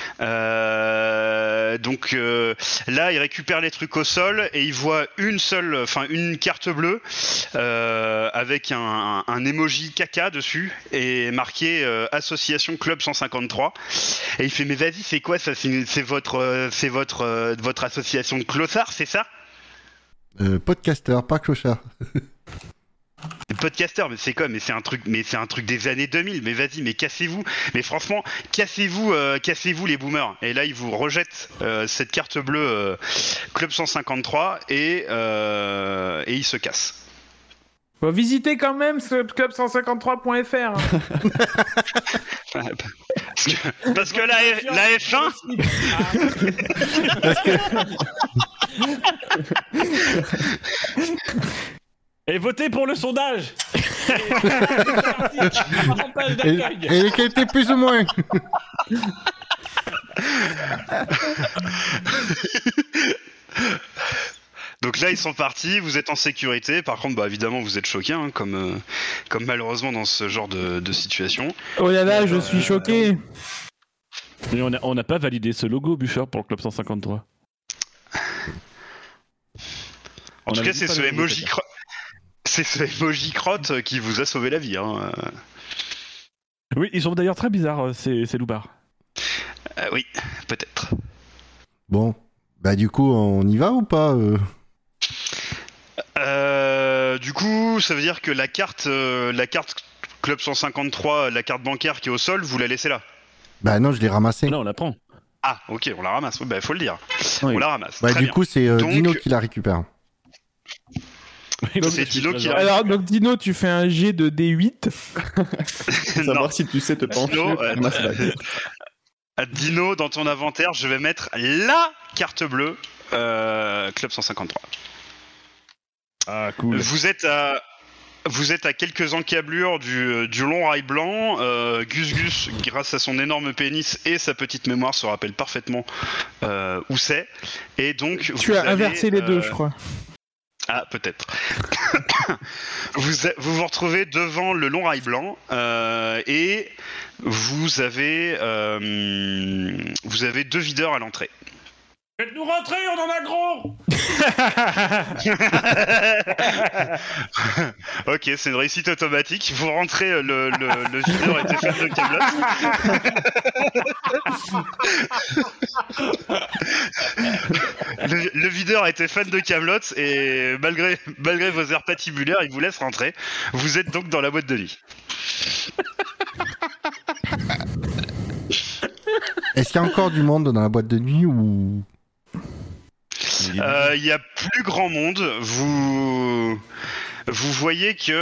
Speaker 2: Donc là, il récupère les trucs au sol et il voit une carte bleue avec un emoji caca dessus et marqué Association Club 153. Et il fait mais vas-y, c'est quoi ça? C'est votre association de clossards, c'est ça?
Speaker 3: Podcaster, pas clochard.
Speaker 2: podcasteur, mais c'est quoi? Mais c'est un truc des années 2000. Mais vas-y, mais cassez-vous. Mais franchement, cassez-vous les boomers. Et là, ils vous rejettent cette carte bleue Club 153 et ils se cassent.
Speaker 6: Bon, visitez quand même ce club153.fr.
Speaker 2: Parce que la F1.
Speaker 5: Et votez pour le sondage.
Speaker 3: Et les qualités plus ou moins.
Speaker 2: Donc là, ils sont partis, vous êtes en sécurité. Par contre, bah, évidemment, vous êtes choqués, hein, comme malheureusement dans ce genre de situation.
Speaker 6: Oh là là, je suis choqué.
Speaker 5: Mais on n'a pas validé ce logo, Bûcher, pour le Club 153.
Speaker 2: En tout cas, c'est ce emoji crotte qui vous a sauvé la vie. Hein.
Speaker 5: Oui, ils sont d'ailleurs très bizarres, ces loupards.
Speaker 2: Oui, peut-être.
Speaker 3: Bon, bah du coup, on y va ou pas
Speaker 2: Du coup, ça veut dire que la carte Club 153, la carte bancaire qui est au sol, vous la laissez là?
Speaker 3: Bah non, je l'ai ramassée.
Speaker 5: Non, on la prend.
Speaker 2: Ah, ok, on la ramasse. Bah, faut le dire.
Speaker 4: Oui.
Speaker 2: On la ramasse.
Speaker 3: Bah
Speaker 2: Très
Speaker 3: du
Speaker 2: bien.
Speaker 3: coup, c'est
Speaker 2: Donc-
Speaker 3: Dino qui la récupère.
Speaker 2: C'est Dino qui
Speaker 6: Alors, donc Dino, tu fais un G de D8.
Speaker 2: Non.
Speaker 4: Savoir si tu sais te pencher.
Speaker 2: Dino,
Speaker 4: ramasser la carte.
Speaker 2: Dino, dans ton inventaire, je vais mettre la carte bleue Club 153.
Speaker 5: Ah, cool.
Speaker 2: Vous êtes à quelques encablures du long rail blanc. Gus, grâce à son énorme pénis et sa petite mémoire, se rappelle parfaitement où c'est. Et donc,
Speaker 6: Tu as inversé les deux, je crois.
Speaker 2: Ah, peut-être. vous retrouvez devant le long rail blanc et vous avez deux videurs à l'entrée.
Speaker 5: Faites-nous rentrer, on en a gros.
Speaker 2: Ok, c'est une réussite automatique. Vous rentrez, le videur était fan de Kaamelott. Le videur était fan de Kaamelott et malgré vos airs patibulaires, il vous laisse rentrer. Vous êtes donc dans la boîte de nuit.
Speaker 3: Est-ce qu'il y a encore du monde dans la boîte de nuit ou...
Speaker 2: Il y a plus grand monde. Vous voyez qu'il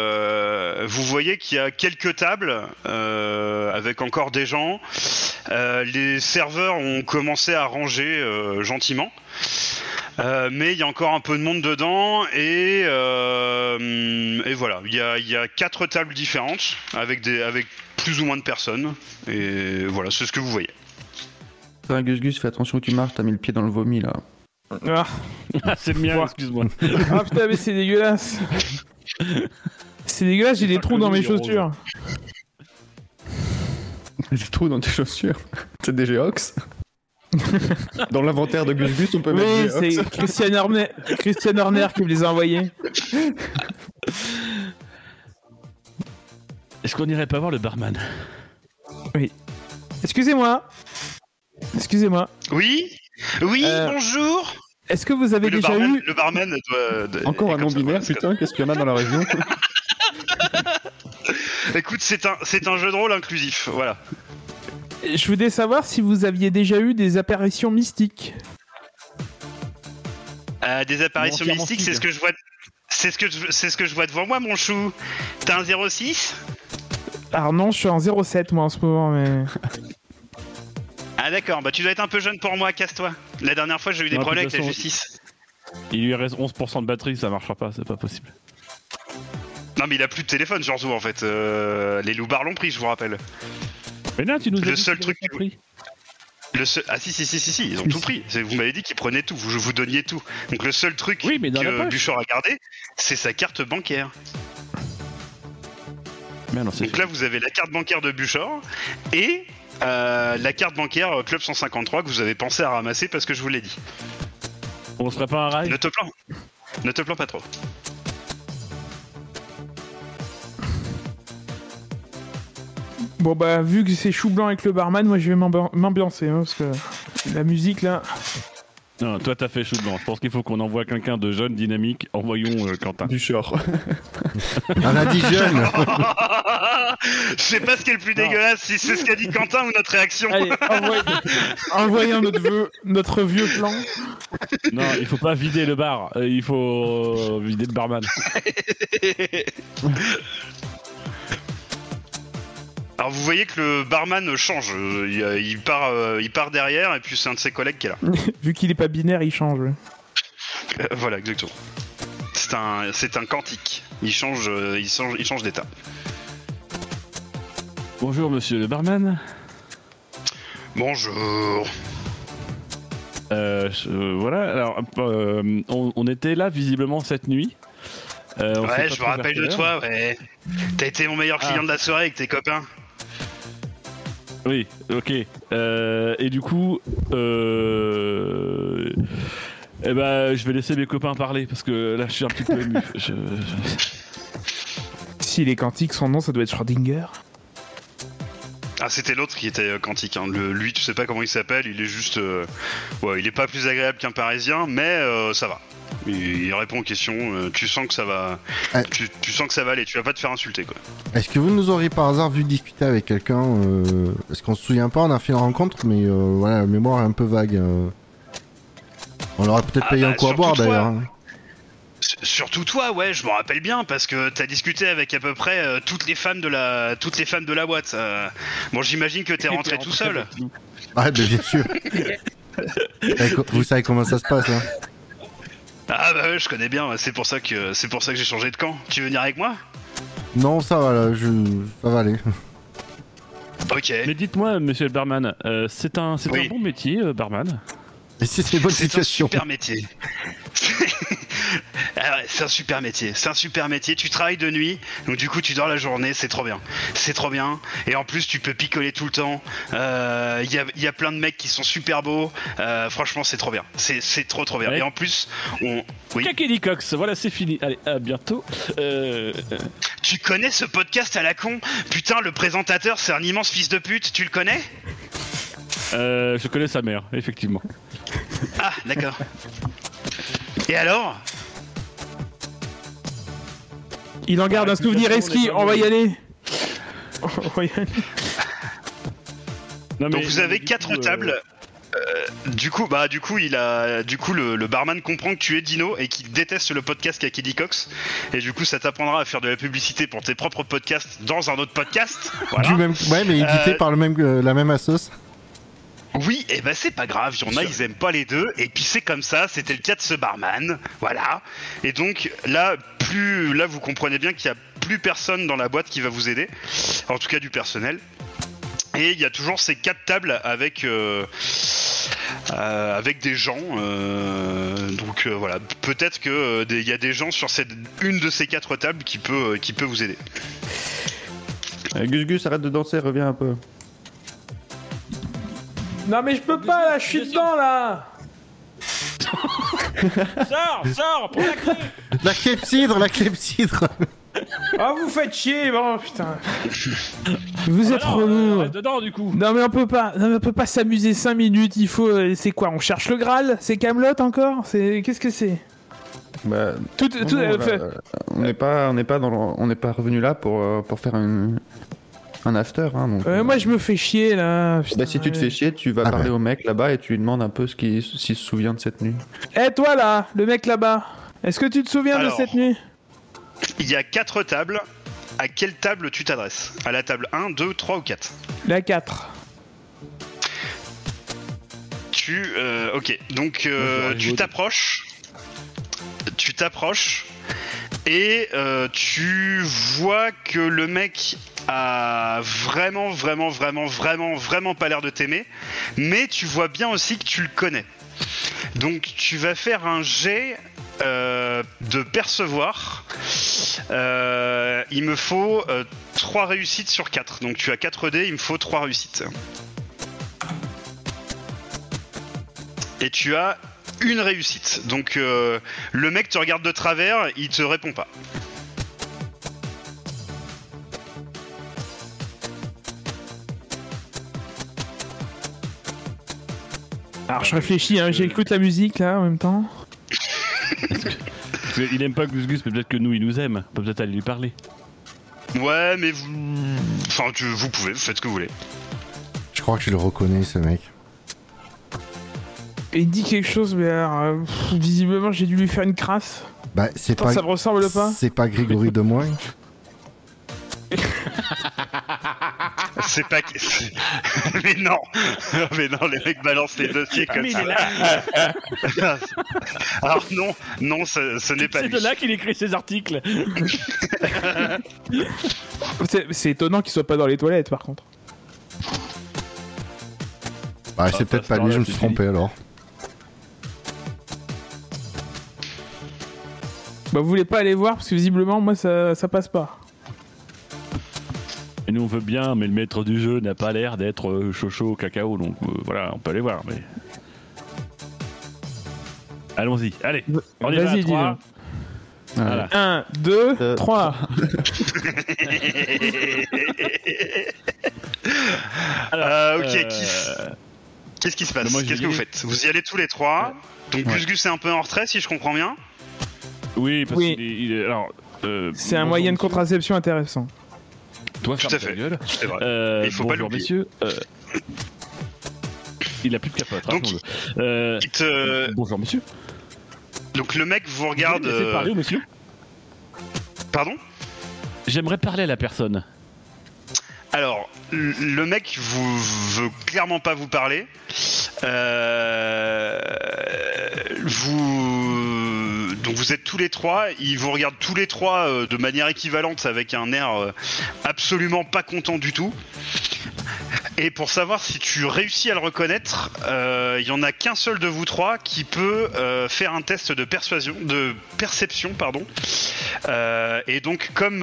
Speaker 2: y a quelques tables avec encore des gens. Les serveurs ont commencé à ranger gentiment. Mais il y a encore un peu de monde dedans et voilà, il y a 4 tables différentes avec plus ou moins de personnes et voilà, c'est ce que vous voyez.
Speaker 4: Enfin, Gus, fais attention où tu marches, t'as mis le pied dans le vomi là.
Speaker 6: Ah,
Speaker 5: C'est le mien, excuse-moi.
Speaker 6: ah putain, mais c'est dégueulasse. C'est dégueulasse, j'ai des trous dans mes chaussures.
Speaker 4: Des trous dans tes chaussures. C'est des Geox. Dans l'inventaire de Gus, on peut
Speaker 6: Oui,
Speaker 4: mettre des
Speaker 6: c'est
Speaker 4: Geox.
Speaker 6: Christian Horner qui me les a envoyés.
Speaker 5: Est-ce qu'on irait pas voir le barman?
Speaker 6: Oui. Excusez-moi.
Speaker 2: Oui, bonjour.
Speaker 6: Est-ce que vous avez
Speaker 2: Oui,
Speaker 6: déjà eu...
Speaker 2: le barman doit
Speaker 4: Encore
Speaker 2: est
Speaker 4: un
Speaker 2: comme ça,
Speaker 4: non-binaire,
Speaker 2: voilà,
Speaker 4: putain, qu'est-ce qu'il y en a dans la région?
Speaker 2: Écoute, c'est un jeu de rôle inclusif, voilà.
Speaker 6: Je voulais savoir si vous aviez déjà eu des apparitions mystiques.
Speaker 2: Des apparitions
Speaker 5: Entièrement
Speaker 2: mystiques, c'est
Speaker 5: speed.
Speaker 2: ce que je vois devant moi, mon chou. T'as un 06?
Speaker 6: Alors non, je suis en 07 moi en ce moment, mais...
Speaker 2: Ah d'accord, bah tu dois être un peu jeune pour moi, casse-toi. La dernière fois, j'ai eu des
Speaker 5: Non,
Speaker 2: problèmes
Speaker 5: de
Speaker 2: avec la
Speaker 5: toute façon,
Speaker 2: justice.
Speaker 5: Il lui reste 11% de batterie, ça marchera pas, c'est pas possible.
Speaker 2: Non mais il a plus de téléphone surtout en fait. Les loupards l'ont pris, je vous rappelle.
Speaker 5: Mais là, tu nous as
Speaker 2: Le
Speaker 5: dit
Speaker 2: seul
Speaker 5: qu'il avait
Speaker 2: truc
Speaker 5: pas pris.
Speaker 2: Ah si, ils ont tout pris. Vous m'avez dit qu'ils prenaient tout, vous donniez tout. Donc le seul truc
Speaker 5: Oui, mais dans la
Speaker 2: que
Speaker 5: poche.
Speaker 2: Bûcher a gardé, c'est sa carte bancaire.
Speaker 5: Mais non, c'est
Speaker 2: Donc là, vous avez la carte bancaire de Bûcher et la carte bancaire Club 153 que vous avez pensé à ramasser parce que je vous l'ai dit.
Speaker 5: On se ferait pas un rail?
Speaker 2: Ne te plains pas trop.
Speaker 6: Bon bah, vu que c'est chou blanc avec le barman, moi je vais m'ambiancer, hein, parce que la musique là...
Speaker 5: Non, toi t'as fait chou blanc. Je pense qu'il faut qu'on envoie quelqu'un de jeune, dynamique. Envoyons Quentin.
Speaker 4: Du short.
Speaker 3: On a dit jeune.
Speaker 2: Je sais pas ce qui est le plus dégueulasse, si c'est ce qu'a dit Quentin ou notre réaction.
Speaker 6: Allez, envoyons notre vieux plan.
Speaker 5: Non, il faut pas vider le bar. Il faut vider le barman.
Speaker 2: Alors vous voyez que le barman change, il part derrière et puis c'est un de ses collègues qui est là.
Speaker 6: Vu qu'il est pas binaire, il change.
Speaker 2: Voilà, exactement. C'est un quantique. Il change d'état.
Speaker 5: Bonjour monsieur le barman.
Speaker 2: Bonjour.
Speaker 5: Voilà, alors on était là visiblement cette nuit.
Speaker 2: Ouais, je me rappelle de toi, ouais. T'as été mon meilleur client de la soirée avec tes copains.
Speaker 5: Oui, ok. Et du coup, je vais laisser mes copains parler parce que là je suis un petit peu ému.
Speaker 6: S'il est quantique, son nom ça doit être Schrödinger.
Speaker 2: Ah, c'était l'autre qui était quantique. Hein. Lui, tu sais pas comment il s'appelle, il est juste. Ouais, il est pas plus agréable qu'un parisien, mais ça va. Il répond aux questions, tu sens que ça va.
Speaker 3: Ouais.
Speaker 2: Tu sens que ça va aller, tu vas pas te faire insulter quoi.
Speaker 3: Est-ce que vous nous auriez par hasard vu discuter avec quelqu'un Parce qu'on se souvient pas, on a fait une rencontre, mais voilà, la mémoire est un peu vague. On aurait peut-être payé un coup à boire
Speaker 2: toi.
Speaker 3: d'ailleurs. Hein.
Speaker 2: Surtout toi, ouais, je me rappelle bien parce que t'as discuté avec à peu près toutes les femmes de la boîte. Bon, j'imagine que t'es rentré tout seul.
Speaker 3: Ouais, bien sûr. Vous savez comment ça se passe, hein.
Speaker 2: Ah bah ouais, je connais bien. C'est pour ça que j'ai changé de camp. Tu veux venir avec moi?
Speaker 3: Non, ça va là, ça va aller.
Speaker 2: Ok.
Speaker 5: Mais dites-moi, monsieur le barman, c'est un bon métier, barman.
Speaker 3: Et si c'est une bonne situation.
Speaker 2: C'est un super métier. Ah ouais, c'est un super métier. Tu travailles de nuit, donc du coup tu dors la journée, c'est trop bien. Et en plus tu peux picoler tout le temps. Il y a plein de mecs qui sont super beaux. Franchement c'est trop bien. C'est trop bien.
Speaker 5: Ouais.
Speaker 2: Et en plus
Speaker 5: Kakeli Cox, voilà c'est fini. Allez, à bientôt.
Speaker 2: Tu connais ce podcast à la con? Putain, le présentateur c'est un immense fils de pute. Tu le connais?
Speaker 5: Je connais sa mère, effectivement.
Speaker 2: Ah d'accord. Et alors?
Speaker 6: Il en garde un souvenir exquis, on va y aller.
Speaker 5: Non,
Speaker 2: Donc vous avez 4 tables. Du coup, le barman comprend que tu es Dino et qu'il déteste le podcast Kakeli Cox. Et du coup, ça t'apprendra à faire de la publicité pour tes propres podcasts dans un autre podcast. Voilà.
Speaker 3: Ouais, mais édité par la même assos.
Speaker 2: Oui, et c'est pas grave, il y en a, ils aiment pas les deux, et puis c'est comme ça, c'était le cas de ce barman, voilà. Et donc là, vous comprenez bien qu'il y a plus personne dans la boîte qui va vous aider, en tout cas du personnel. Et il y a toujours ces 4 tables avec des gens, donc voilà, peut-être que il y a des gens sur une de ces 4 tables qui peut vous aider.
Speaker 4: Gus, arrête de danser, reviens un peu.
Speaker 6: Non mais je peux pas là, je suis dedans là.
Speaker 5: Sors, prends la clé.
Speaker 3: La clepsydre.
Speaker 6: Ah vous faites chier, bon putain. Vous êtes relou.
Speaker 5: Reste dedans du coup.
Speaker 6: Non mais on peut pas s'amuser 5 minutes, il faut... c'est quoi, on cherche le Graal? C'est Camelot encore? Qu'est-ce que c'est?
Speaker 4: Bah, on n'est pas revenu là pour faire un after, hein, donc,
Speaker 6: moi je me fais chier là. Putain,
Speaker 4: si tu te fais chier, tu vas parler au mec là-bas et tu lui demandes un peu s'il se souvient de cette nuit.
Speaker 6: Toi là, le mec là-bas, est-ce que tu te souviens de cette nuit?
Speaker 2: Il y a 4 tables. À quelle table tu t'adresses? À la table 1, 2, 3 ou 4?
Speaker 6: La 4.
Speaker 2: Ok, donc tu t'approches. Et tu vois que le mec a vraiment pas l'air de t'aimer, mais tu vois bien aussi que tu le connais. Donc tu vas faire un jet de percevoir. Il me faut 3 réussites sur 4. Donc tu as 4 dés, il me faut 3 réussites. Et tu as une réussite. Donc le mec te regarde de travers, il te répond pas.
Speaker 6: Alors je réfléchis, hein, j'écoute la musique là en même temps.
Speaker 5: Il aime pas Gus Gus, mais peut-être que nous, il nous aime. On peut peut-être aller lui parler.
Speaker 2: Ouais, mais vous... Enfin, vous pouvez, vous faites ce que vous voulez.
Speaker 3: Je crois que je le reconnais, ce mec.
Speaker 6: Et il dit quelque chose, mais alors, visiblement j'ai dû lui faire une crasse.
Speaker 3: Bah, c'est
Speaker 6: Attends,
Speaker 3: pas...
Speaker 6: ça me ressemble pas.
Speaker 3: C'est pas Grégory Demoin.
Speaker 2: C'est pas... mais non. Mais non, les mecs balancent les dossiers comme ça. Alors non, ce n'est pas
Speaker 5: C'est
Speaker 2: lui.
Speaker 5: de là qu'il écrit ses articles.
Speaker 6: C'est étonnant qu'il soit pas dans les toilettes par contre.
Speaker 3: Bah, c'est peut-être pas lui, je me suis trompé alors.
Speaker 6: Bah vous voulez pas aller voir parce que visiblement moi ça passe pas.
Speaker 5: Et nous on veut bien, mais le maître du jeu n'a pas l'air d'être chocho au cacao, donc voilà, on peut aller voir, mais... Allons-y, allez, on y va à 3. Voilà.
Speaker 6: 1, 2, 3.
Speaker 2: Alors, ok, qu'est-ce qui se passe?
Speaker 5: Moi,
Speaker 2: Qu'est-ce que vous faites? Vous y allez tous les trois. Donc Gus Gus est un peu en retrait, si je comprends bien.
Speaker 5: Oui, parce
Speaker 6: Oui.
Speaker 5: qu'il est... Alors,
Speaker 6: C'est un moyen de contraception intéressant.
Speaker 5: Toi,
Speaker 2: Tout à fait.
Speaker 5: gueule.
Speaker 2: C'est vrai. Il faut pas
Speaker 5: bonjour,
Speaker 2: l'oublier.
Speaker 5: messieurs. Il a plus de capote.
Speaker 2: Donc,
Speaker 5: rappelons-le. Bonjour, monsieur.
Speaker 2: Donc le mec vous regarde.
Speaker 5: Vous voulez laisser parler au monsieur?
Speaker 2: Pardon?
Speaker 5: J'aimerais parler à la personne.
Speaker 2: Alors, le mec veut clairement pas vous parler. Donc vous êtes tous les trois. Il vous regarde tous les trois de manière équivalente avec un air absolument pas content du tout. Et pour savoir si tu réussis à le reconnaître, il y en a qu'un seul de vous trois qui peut faire un test de perception, pardon. Et donc comme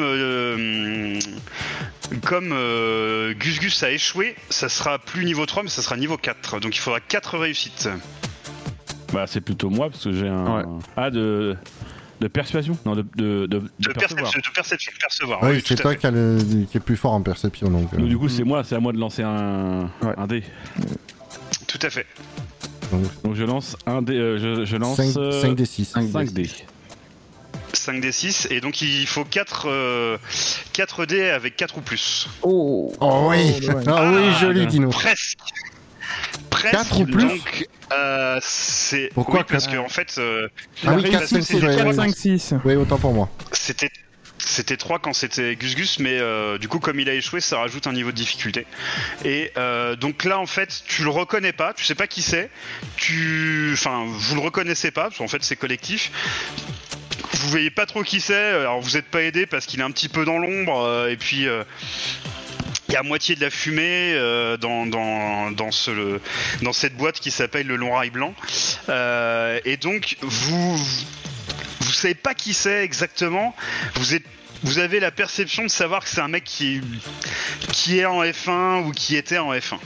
Speaker 2: Gus Gus a échoué, ça sera plus niveau 3 mais ça sera niveau 4. Donc il faudra 4 réussites.
Speaker 5: Bah c'est plutôt moi parce que j'ai un...
Speaker 4: Ouais.
Speaker 5: Ah de persuasion? Non, de percevoir.
Speaker 2: Perception, percevoir.
Speaker 3: Oui,
Speaker 2: Oui,
Speaker 3: c'est
Speaker 2: tout à
Speaker 3: toi
Speaker 2: fait.
Speaker 3: qui est plus fort en perception, donc...
Speaker 5: Donc, du coup c'est moi, c'est à moi de lancer un dé.
Speaker 2: Tout à fait.
Speaker 5: Donc je lance un dé, je lance
Speaker 3: 5 des 6.
Speaker 5: 5 dés.
Speaker 2: 5 des 6 et donc il faut 4 dés avec 4 ou plus.
Speaker 6: Oh,
Speaker 3: Oh oui, ah oui, joli Dino.
Speaker 2: Presque.
Speaker 3: 4 ou plus.
Speaker 2: Donc c'est...
Speaker 3: Pourquoi
Speaker 2: oui, parce
Speaker 3: 4?
Speaker 2: que en fait...
Speaker 3: Ah oui,
Speaker 6: la
Speaker 3: 4,
Speaker 6: réussite,
Speaker 3: 5,
Speaker 6: c'est 4, 5, 6.
Speaker 3: Oui, autant pour moi.
Speaker 2: C'était 3 quand c'était Gus Gus, mais du coup comme il a échoué, ça rajoute un niveau de difficulté. Et donc là en fait, tu le reconnais pas, tu sais pas qui c'est, enfin vous le reconnaissez pas, parce qu'en fait c'est collectif. Vous voyez pas trop qui c'est, alors vous êtes pas aidé parce qu'il est un petit peu dans l'ombre, et puis il y a à moitié de la fumée dans cette boîte qui s'appelle le Long Rail Blanc. Et donc vous savez pas qui c'est exactement. Vous avez la perception de savoir que c'est un mec qui est en F1 ou qui était en F1.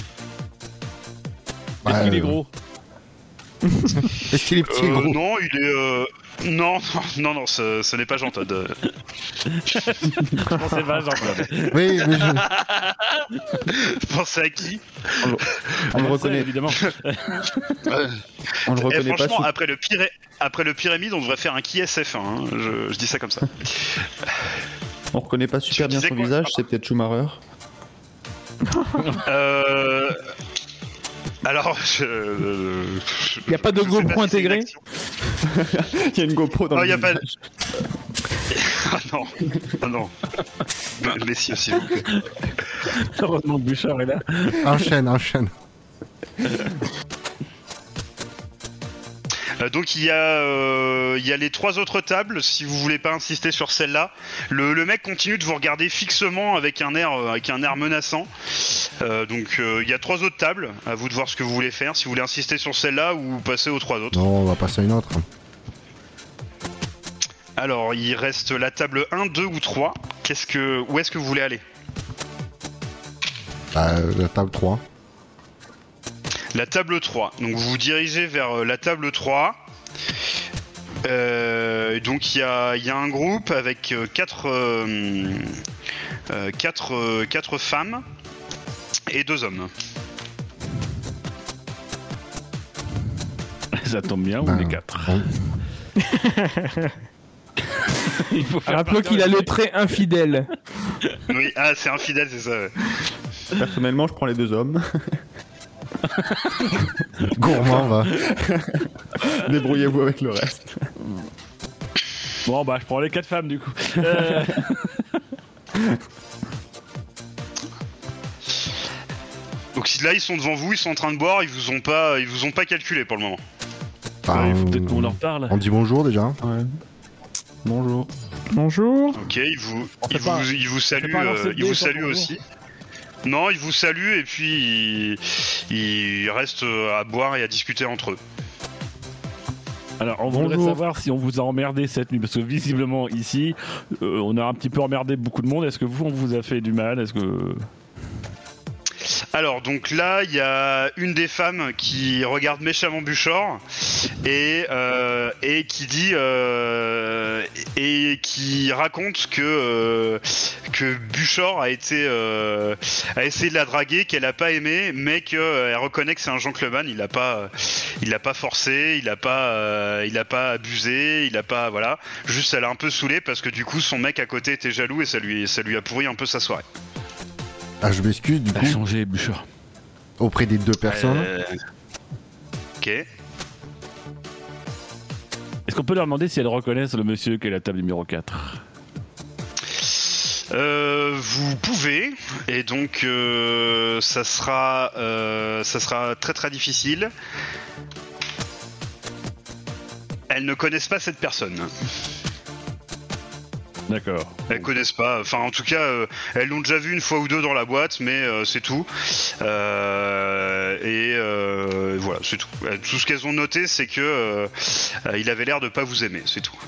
Speaker 5: Est-ce qu'il est gros?
Speaker 3: Est-ce qu'il est petit et gros?
Speaker 2: Non, il est... Non, ce n'est pas Jean Todt.
Speaker 5: Je pensais pas, Jean-Claude.
Speaker 3: Oui, mais
Speaker 2: Vous pensez à qui?
Speaker 4: On le reconnaît.
Speaker 5: Évidemment.
Speaker 4: On le reconnaît pas.
Speaker 2: Franchement, après le pyramide, on devrait faire un qui est SF1. Hein. Je dis ça comme ça.
Speaker 4: On reconnaît pas super bien
Speaker 2: disais
Speaker 4: son
Speaker 2: quoi?
Speaker 4: visage, c'est peut-être Schumacher.
Speaker 2: Alors,
Speaker 6: Il n'y a pas de GoPro intégré?
Speaker 4: Il y a une GoPro dans
Speaker 2: Non,
Speaker 4: le
Speaker 2: il y a pas.
Speaker 4: visage.
Speaker 2: Ah non. Messieurs, s'il vous plaît.
Speaker 5: Heureusement que Bouchard est là.
Speaker 3: enchaîne.
Speaker 2: Donc il y a les 3 autres tables. Si vous voulez pas insister sur celle-là, le mec continue de vous regarder fixement avec un air menaçant. Donc il y a 3 autres tables. À vous de voir ce que vous voulez faire. Si vous voulez insister sur celle-là ou passer aux 3 autres.
Speaker 3: Non, on va passer à une autre.
Speaker 2: Alors il reste la table 1, 2 ou 3. Où est-ce que vous voulez aller?
Speaker 3: Bah, la table 3.
Speaker 2: La table 3. Donc vous vous dirigez vers la table 3. Donc il y a un groupe avec 4 femmes et 2 hommes.
Speaker 5: Ça tombe bien,
Speaker 3: Ben,
Speaker 5: on est 4.
Speaker 3: bon.
Speaker 5: Il faut faire
Speaker 6: Rappelons qu'il a le trait infidèle.
Speaker 2: Oui, c'est infidèle, c'est ça. Ouais.
Speaker 4: Personnellement, je prends les 2 hommes.
Speaker 3: Gourmand, va.
Speaker 4: Débrouillez-vous avec le reste.
Speaker 5: Bon, bah, je prends les 4 femmes, du coup.
Speaker 2: Donc là, ils sont devant vous, ils sont en train de boire, ils vous ont pas calculé pour le moment.
Speaker 5: Il faut peut-être qu'on leur parle.
Speaker 3: On dit bonjour déjà.
Speaker 4: Ouais. Bonjour.
Speaker 6: Bonjour.
Speaker 2: Ok, ils vous saluent,
Speaker 5: pas un lancer de
Speaker 2: ils vous
Speaker 5: dés,
Speaker 2: saluent
Speaker 5: bonjour.
Speaker 2: aussi. Non, ils vous saluent et puis ils restent à boire et à discuter entre eux.
Speaker 5: Alors, on voudrait
Speaker 6: Bonjour.
Speaker 5: savoir si on vous a emmerdé cette nuit, parce que visiblement, ici, on a un petit peu emmerdé beaucoup de monde. Est-ce que vous, on vous a fait du mal? Est-ce que...
Speaker 2: Alors, donc là, il y a une des femmes qui regarde méchamment Buchor et qui dit et qui raconte que Buchor a essayé de la draguer, qu'elle a pas aimé, mais qu'elle reconnaît que c'est un gentleman. Il l'a pas forcé, il a pas abusé, il a pas voilà. Juste, elle a un peu saoulé parce que du coup, son mec à côté était jaloux et ça lui a pourri un peu sa soirée.
Speaker 3: Ah, je m'excuse du
Speaker 5: a
Speaker 3: coup
Speaker 5: changé, Bûcher.
Speaker 3: auprès des 2 personnes.
Speaker 2: Ok.
Speaker 5: Est-ce qu'on peut leur demander si elles reconnaissent le monsieur qui est à la table numéro 4?
Speaker 2: Vous pouvez, et donc ça sera très très difficile. Elles ne connaissent pas cette personne.
Speaker 5: D'accord.
Speaker 2: Elles connaissent pas. Enfin, en tout cas, elles l'ont déjà vu une fois ou deux dans la boîte, mais c'est tout. Voilà, c'est tout. Tout ce qu'elles ont noté, c'est que il avait l'air de pas vous aimer, c'est tout.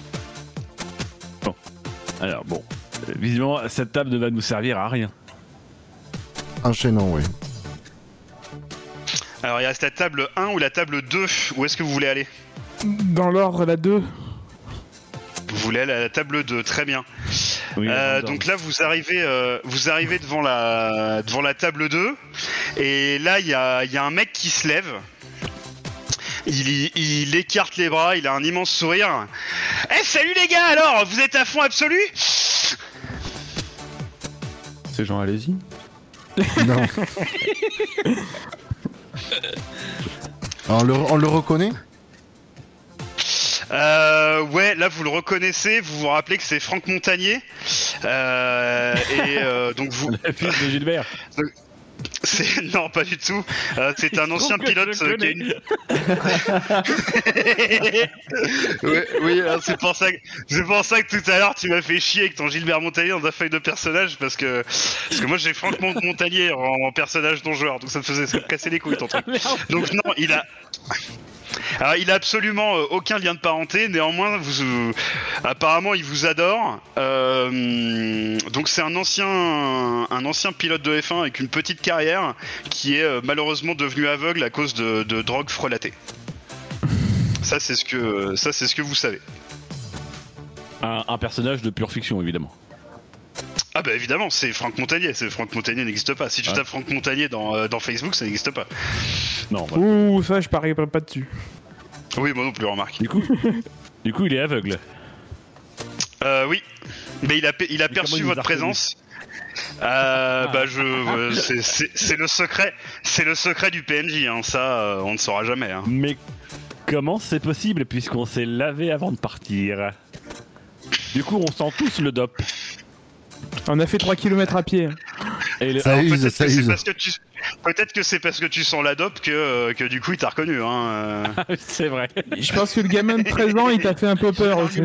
Speaker 5: Alors, bon. Visiblement, cette table ne va nous servir à rien.
Speaker 3: Enchaînant, oui.
Speaker 2: Alors, il reste la table 1 ou la table 2. Où est-ce que vous voulez aller?
Speaker 6: Dans l'ordre, la 2.
Speaker 2: Vous voulez aller à la table 2, très bien.
Speaker 5: Oui,
Speaker 2: Donc là, vous arrivez devant la table 2, et là, il y a un mec qui se lève. Il écarte les bras, il a un immense sourire. Eh, salut les gars, alors, vous êtes à fond absolu?
Speaker 4: C'est Jean, allez-y.
Speaker 3: Non. Alors, on le reconnaît?
Speaker 2: Ouais, là vous le reconnaissez, vous vous rappelez que c'est Franck Montagnier, donc vous.
Speaker 5: La fille de Gilbert.
Speaker 2: Non, pas du tout. C'est un ancien pilote qui a une. Oui, c'est pour ça que tout à l'heure tu m'as fait chier avec ton Gilbert Montagnier dans ta feuille de personnage parce que moi j'ai Franck Montagnier en personnage non joueur, donc ça me cassait les couilles ton truc. Donc non, il a absolument aucun lien de parenté, néanmoins apparemment il vous adore. Donc c'est un ancien pilote de F1 avec une petite carrière qui est malheureusement devenu aveugle à cause de drogue frelatée. Ça c'est ce que vous savez.
Speaker 5: Un personnage de pure fiction, évidemment.
Speaker 2: Ah bah évidemment, c'est Franck Montagnier. Franck Montagnier n'existe pas. Si tu tapes Franck Montagnier dans Facebook, ça n'existe pas.
Speaker 5: Non, voilà.
Speaker 6: Ouh, ça, je parierais pas dessus.
Speaker 2: Oui, moi non plus, remarque.
Speaker 5: Du coup, il est aveugle.
Speaker 2: Oui, mais il a perçu votre présence. C'est le secret du PNJ. Hein. Ça, on ne saura jamais. Hein.
Speaker 5: Mais comment c'est possible puisqu'on s'est lavé avant de partir? Du coup, on sent tous le dope.
Speaker 6: On a fait 3 km à pied.
Speaker 5: Et
Speaker 3: Ça use.
Speaker 2: Peut-être que c'est parce que tu sens la dope que du coup il t'a reconnu. Hein.
Speaker 5: C'est vrai.
Speaker 6: Je pense que le gamin de 13 ans, il t'a fait un peu peur aussi.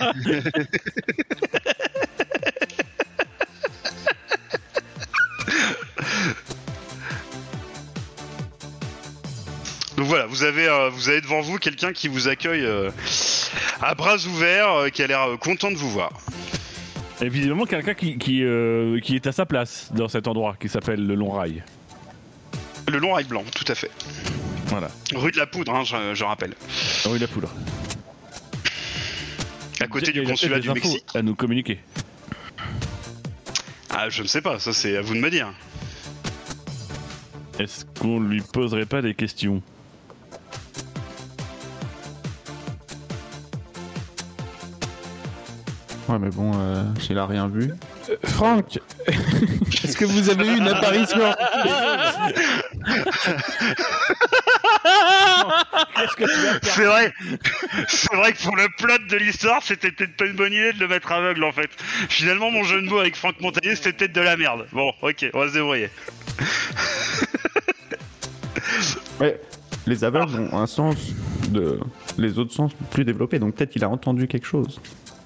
Speaker 2: Donc voilà, vous avez devant vous quelqu'un qui vous accueille à bras ouverts, qui a l'air content de vous voir.
Speaker 5: Et visiblement quelqu'un qui est à sa place dans cet endroit qui s'appelle le Long Rail.
Speaker 2: Le Long Rail Blanc, tout à fait.
Speaker 5: Voilà.
Speaker 2: Rue de la Poudre, hein, je rappelle.
Speaker 5: Rue de la Poudre.
Speaker 2: À côté du
Speaker 5: Il a
Speaker 2: consulat
Speaker 5: peut-être
Speaker 2: du
Speaker 5: des infos
Speaker 2: Mexique.
Speaker 5: à nous communiquer.
Speaker 2: Ah, je ne sais pas, ça c'est à vous de me dire.
Speaker 5: Est-ce qu'on lui poserait pas des questions?
Speaker 4: Ouais, mais bon, s'il a rien vu.
Speaker 6: Franck, est-ce que vous avez eu une apparition?
Speaker 2: C'est vrai que pour le plot de l'histoire, c'était peut-être pas une bonne idée de le mettre aveugle en fait. Finalement, mon jeu de mots avec Franck Montagnier, c'était peut-être de la merde. Bon, ok, on va se débrouiller.
Speaker 4: Ouais, les aveugles ont un sens les autres sens plus développés, donc peut-être qu'il a entendu quelque chose.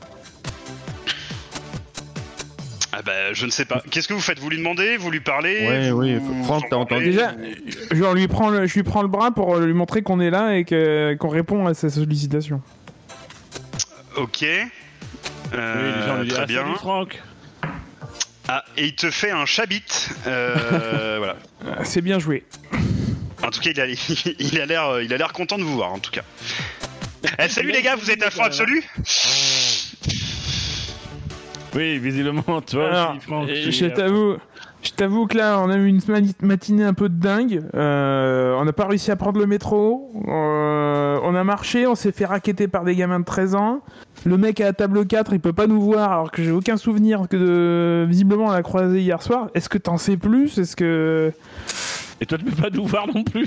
Speaker 2: Ah bah, je ne sais pas. Qu'est-ce que vous faites? Vous lui demandez? Vous lui parlez?
Speaker 4: Oui,
Speaker 2: vous...
Speaker 4: Franck, t'as entendu?
Speaker 6: Déjà, je lui prends le bras pour lui montrer qu'on est là et qu'on répond à sa sollicitation.
Speaker 2: Ok.
Speaker 5: Oui, les gens lui disent
Speaker 2: très bien.
Speaker 5: Salut Franck.
Speaker 2: Ah, et il te fait un chabit. Voilà.
Speaker 6: C'est bien joué.
Speaker 2: En tout cas, il a l'air content de vous voir, en tout cas. Salut les gars, vous êtes à fond absolu?
Speaker 5: Oui, visiblement, toi
Speaker 6: Alors,
Speaker 5: aussi, Franck.
Speaker 6: je t'avoue que là, on a eu une matinée un peu de dingue. On n'a pas réussi à prendre le métro. On a marché, on s'est fait racketter par des gamins de 13 ans. Le mec à la table 4, il peut pas nous voir alors que j'ai aucun souvenir visiblement on l'a croisé hier soir. Est-ce que t'en sais plus? Est-ce que...
Speaker 5: Et toi, tu peux pas nous voir non plus.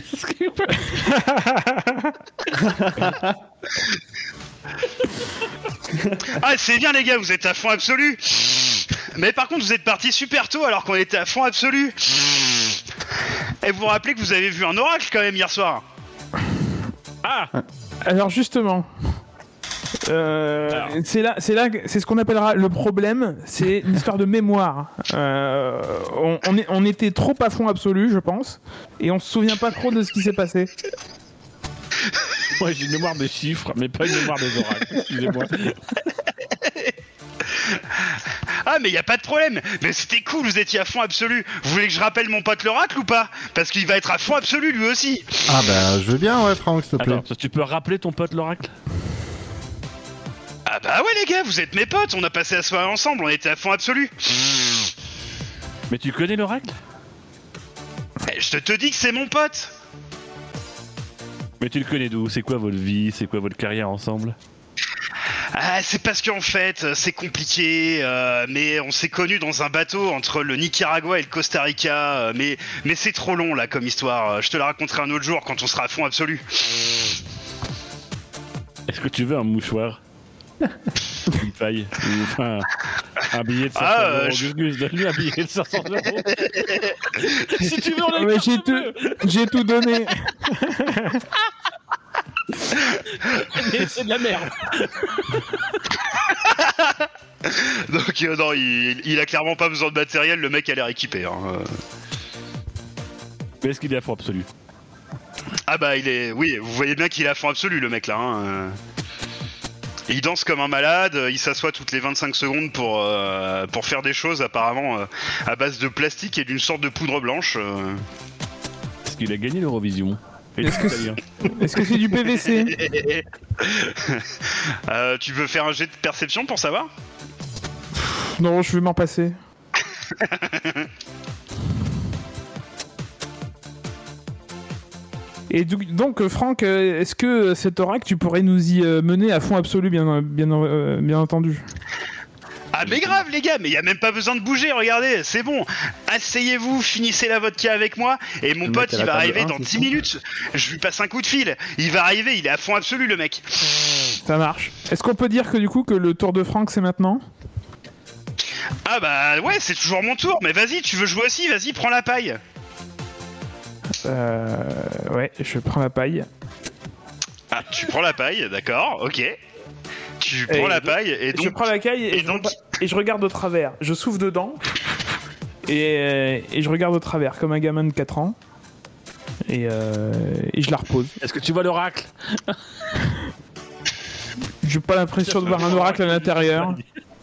Speaker 2: Ah, c'est bien les gars, vous êtes à fond absolu. Mais par contre, vous êtes partis super tôt alors qu'on était à fond absolu. Et vous vous rappelez que vous avez vu un oracle quand même hier soir?
Speaker 5: Ah.
Speaker 6: Alors justement, c'est ce qu'on appellera le problème, c'est une histoire de mémoire. On était trop à fond absolu, je pense, et on se souvient pas trop de ce qui s'est passé.
Speaker 5: Moi, j'ai une mémoire des chiffres, mais pas une mémoire des oracles. Excusez-moi.
Speaker 2: Ah, mais y a pas de problème. Mais c'était cool, vous étiez à fond absolu. Vous voulez que je rappelle mon pote l'oracle ou pas? Parce qu'il va être à fond absolu lui aussi.
Speaker 3: Ah bah je veux bien, ouais, Franck, s'il te plaît.
Speaker 5: Attends, tu peux rappeler ton pote l'oracle?
Speaker 2: Ah bah ouais les gars, vous êtes mes potes, on a passé la soirée ensemble, on était à fond absolu.
Speaker 5: Mais tu connais l'oracle?
Speaker 2: Je te dis que c'est mon pote.
Speaker 5: Mais tu le connais d'où? C'est quoi votre vie? C'est quoi votre carrière ensemble?
Speaker 2: Ah, c'est parce qu'en fait, c'est compliqué, mais on s'est connus dans un bateau entre le Nicaragua et le Costa Rica, mais c'est trop long là comme histoire, je te la raconterai un autre jour quand on sera à fond absolu.
Speaker 5: Est-ce que tu veux un mouchoir? Une paille? Ou enfin, un billet de 500 euros. Gus, donne-lui un billet de 500 euros. Si tu veux, on a
Speaker 6: j'ai tout donné.
Speaker 5: Mais c'est de la merde.
Speaker 2: Donc non, il a clairement pas besoin de matériel, le mec a l'air équipé. Hein.
Speaker 5: Mais est-ce qu'il est à fond absolu?
Speaker 2: Ah bah il est... Oui, vous voyez bien qu'il est à fond absolu le mec là. Hein. Il danse comme un malade, il s'assoit toutes les 25 secondes pour faire des choses apparemment à base de plastique et d'une sorte de poudre blanche.
Speaker 5: Est-ce qu'il a gagné l'Eurovision?
Speaker 6: Est-ce que c'est du PVC?
Speaker 2: Tu veux faire un jet de perception pour savoir?
Speaker 6: Non, je vais m'en passer. Et donc, Franck, est-ce que cet oracle, tu pourrais nous y mener à fond absolu, bien entendu?
Speaker 2: Ah mais grave les gars, mais y a même pas besoin de bouger, regardez, c'est bon. Asseyez-vous, finissez la vodka avec moi, et mon pote il va arriver dans 10 minutes. Je lui passe un coup de fil, il va arriver, il est à fond absolu le mec.
Speaker 6: Ça marche. Est-ce qu'on peut dire que du coup que le tour de Franck c'est maintenant?
Speaker 2: Ah bah ouais, c'est toujours mon tour, mais vas-y, tu veux jouer aussi, vas-y, prends la paille.
Speaker 6: Ouais, je prends la paille.
Speaker 2: Ah, tu prends la paille, d'accord, ok. Tu prends la paille et donc...
Speaker 6: Je prends la paille et je regarde au travers. Je souffle dedans et je regarde au travers comme un gamin de 4 ans et je la repose.
Speaker 5: Est-ce que tu vois l'oracle?
Speaker 6: J'ai pas l'impression de voir un oracle à l'intérieur.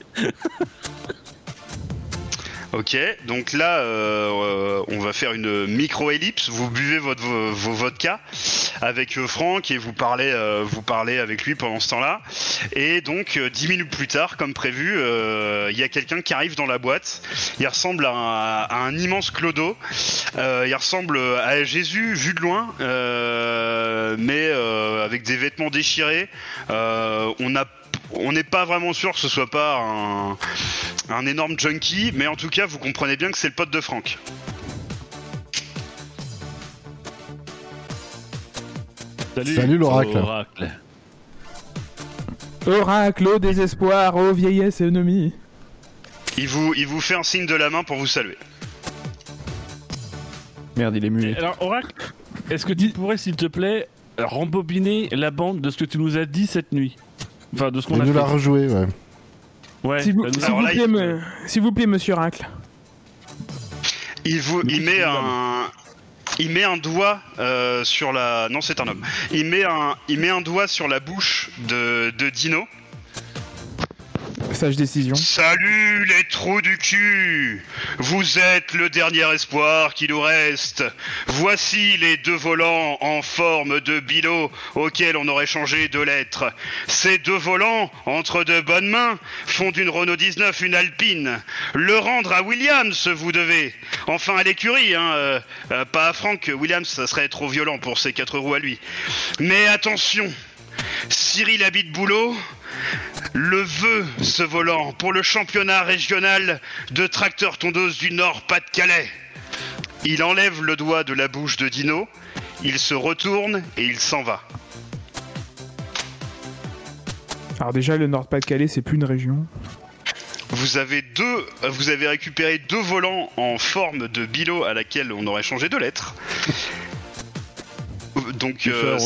Speaker 2: Ok, donc là, on va faire une micro-ellipse. Vous buvez vos vodka avec Franck et vous parlez avec lui pendant ce temps-là. Et donc, 10 minutes plus tard, comme prévu, il y a quelqu'un qui arrive dans la boîte. Il ressemble à un immense clodo. Il ressemble à Jésus vu de loin, mais avec des vêtements déchirés. On on n'est pas vraiment sûr que ce soit pas un énorme junkie, mais en tout cas, vous comprenez bien que c'est le pote de Franck.
Speaker 3: Salut l'oracle.
Speaker 6: Oracle, au désespoir, ô vieillesse et ennemie.
Speaker 2: Il vous fait un signe de la main pour vous saluer.
Speaker 4: Merde, il est muet.
Speaker 5: Alors, Oracle, est-ce que tu pourrais, s'il te plaît, rembobiner la bande de ce que tu nous as dit cette nuit? Enfin, de ce qu'on a
Speaker 3: nous
Speaker 5: fait.
Speaker 3: la rejouer, ouais.
Speaker 5: Ouais.
Speaker 6: S'il vous plaît, monsieur Oracle.
Speaker 2: Il met un doigt sur la... Non, c'est un homme. Il met un doigt sur la bouche de Dino.
Speaker 6: Sage décision.
Speaker 2: Salut les trous du cul! Vous êtes le dernier espoir qui nous reste. Voici les 2 volants en forme de bilot auxquels on aurait changé 2 lettres. Ces 2 volants, entre de bonnes mains, font d'une Renault 19 une Alpine. Le rendre à Williams, vous devez. Enfin à l'écurie, pas à Franck. Williams, ça serait trop violent pour ses 4 roues à lui. Mais attention, Cyril habite boulot. Le veut, ce volant, pour le championnat régional de tracteur-tondeuse du Nord-Pas-de-Calais. Il enlève le doigt de la bouche de Dino, il se retourne et il s'en va.
Speaker 6: Alors déjà, le Nord-Pas-de-Calais, c'est plus une région.
Speaker 2: Vous avez récupéré 2 volants en forme de bilot à laquelle on aurait changé 2 lettres. Donc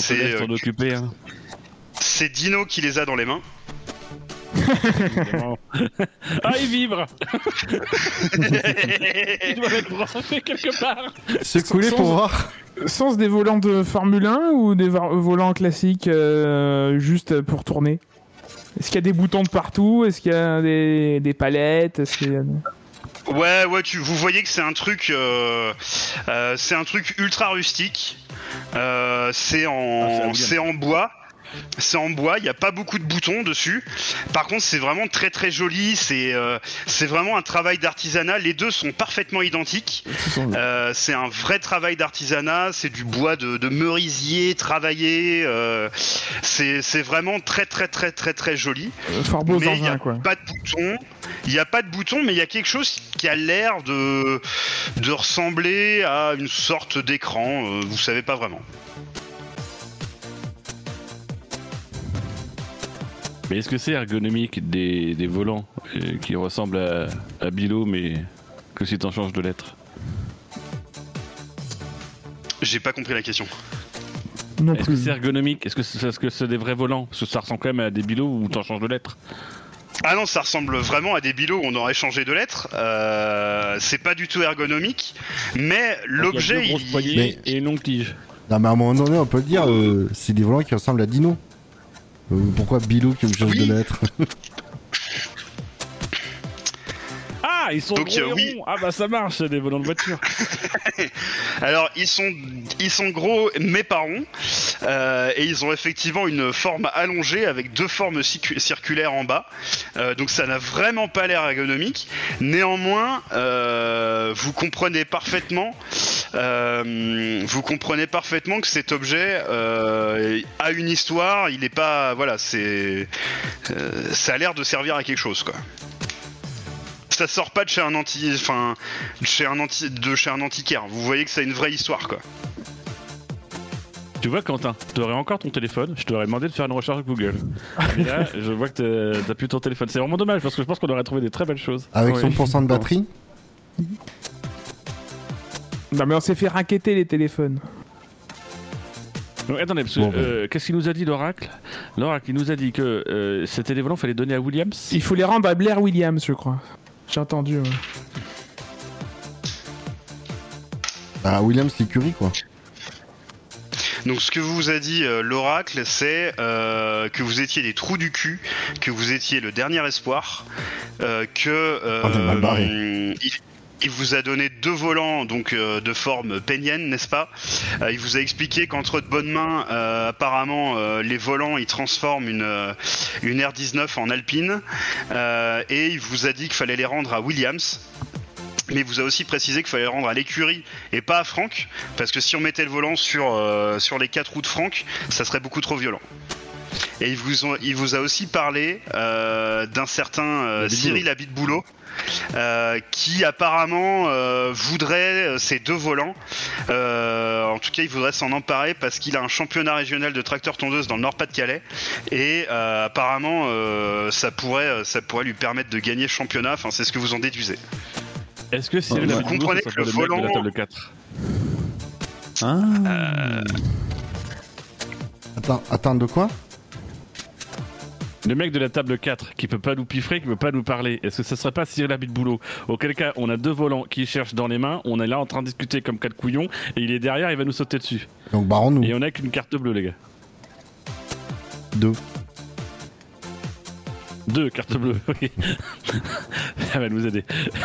Speaker 2: c'est Dino qui les a dans les mains.
Speaker 5: Ah, il vibre. Il doit être branché quelque part.
Speaker 3: Secouez pour voir.
Speaker 6: Sens des volants de Formule 1 ou des volants classiques juste pour tourner? Est-ce qu'il y a des boutons de partout? Est-ce qu'il y a des palettes? Est-ce qu'il y a...
Speaker 2: Ouais, vous voyez que c'est un truc ultra rustique. C'est en bois. C'est en bois, il n'y a pas beaucoup de boutons dessus. Par contre, c'est vraiment très très joli. C'est vraiment un travail d'artisanat. Les 2 sont parfaitement identiques. C'est un vrai travail d'artisanat. C'est du bois de merisier travaillé. C'est vraiment très très très très très joli.
Speaker 6: Fort beau
Speaker 2: mais il n'y a
Speaker 6: quoi.
Speaker 2: pas de boutons. Il n'y a pas de boutons, mais il y a quelque chose qui a l'air de ressembler à une sorte d'écran. Vous savez pas vraiment.
Speaker 5: Mais est-ce que c'est ergonomique des volants qui ressemblent à Bilo, mais que si t'en changes de lettres?
Speaker 2: J'ai pas compris la question.
Speaker 5: Est-ce que c'est ergonomique? Est-ce que c'est des vrais volants? Parce que ça ressemble quand même à des bilots où t'en changes de lettres.
Speaker 2: Ah non, ça ressemble vraiment à des bilots où on aurait changé de lettres. C'est pas du tout ergonomique, mais l'objet...
Speaker 5: Et une longue tige.
Speaker 3: Non mais à un moment donné, on peut le dire, c'est des volants qui ressemblent à Dino. Pourquoi Bilou qui me change de lettres?
Speaker 5: Ah, ils sont gros et ronds. Ah bah ça marche, c'est des volants de voiture.
Speaker 2: Alors ils sont gros mais pas ronds, et ils ont effectivement une forme allongée avec 2 formes circulaires en bas. Donc ça n'a vraiment pas l'air ergonomique. Néanmoins, vous comprenez parfaitement que cet objet a une histoire. Il est pas, voilà, ça a l'air de servir à quelque chose, quoi. Ça sort pas de chez un antiquaire. Vous voyez que ça a une vraie histoire, quoi.
Speaker 5: Tu vois, Quentin, tu aurais encore ton téléphone, je t'aurais demandé de faire une recherche Google. Et là, je vois que t'as plus ton téléphone. C'est vraiment dommage parce que je pense qu'on aurait trouvé des très belles choses.
Speaker 3: Avec 100% de batterie?
Speaker 6: Non mais on s'est fait racketter les téléphones.
Speaker 5: Donc, attendez, parce que qu'est-ce qu'il nous a dit l'oracle? L'oracle, il nous a dit que c'était des volants, fallait donner à Williams.
Speaker 6: Il faut les rendre à Blair Williams, je crois. J'ai entendu. Ouais.
Speaker 3: Bah Williams l'écurie, quoi.
Speaker 2: Donc ce que vous a dit l'oracle, c'est que vous étiez des trous du cul, que vous étiez le dernier espoir, il vous a donné 2 volants donc de forme pénienne, n'est-ce pas? Il vous a expliqué qu'entre de bonnes mains, apparemment les volants ils transforment une R19 en Alpine, et il vous a dit qu'il fallait les rendre à Williams. Mais il vous a aussi précisé qu'il fallait le rendre à l'écurie et pas à Franck, parce que si on mettait le volant sur les 4 roues de Franck, ça serait beaucoup trop violent. et il vous a aussi parlé d'un certain Cyril Abitboulot. Qui apparemment voudrait ces 2 volants. En tout cas, il voudrait s'en emparer parce qu'il a un championnat régional de tracteur-tondeuse dans le Nord-Pas-de-Calais et apparemment ça pourrait lui permettre de gagner le championnat. Enfin, c'est ce que vous en déduisez.
Speaker 5: Est-ce que Cyril
Speaker 2: vous
Speaker 5: Abitboulot,
Speaker 2: comprenez
Speaker 5: ça
Speaker 2: que le
Speaker 5: s'appelle
Speaker 2: volant
Speaker 5: mec de la table 4
Speaker 3: Attends, de quoi?
Speaker 5: Le mec de la table 4 qui peut pas nous piffrer, qui peut pas nous parler, est-ce que ça serait pas Cyril Abitboulot? Auquel cas, on a 2 volants qui cherchent dans les mains, on est là en train de discuter comme 4 couillons, et il est derrière, il va nous sauter dessus.
Speaker 3: Donc baron-nous.
Speaker 5: Et on a qu'une carte bleue, les gars. 2 cartes bleues, oui. Elle va nous aider.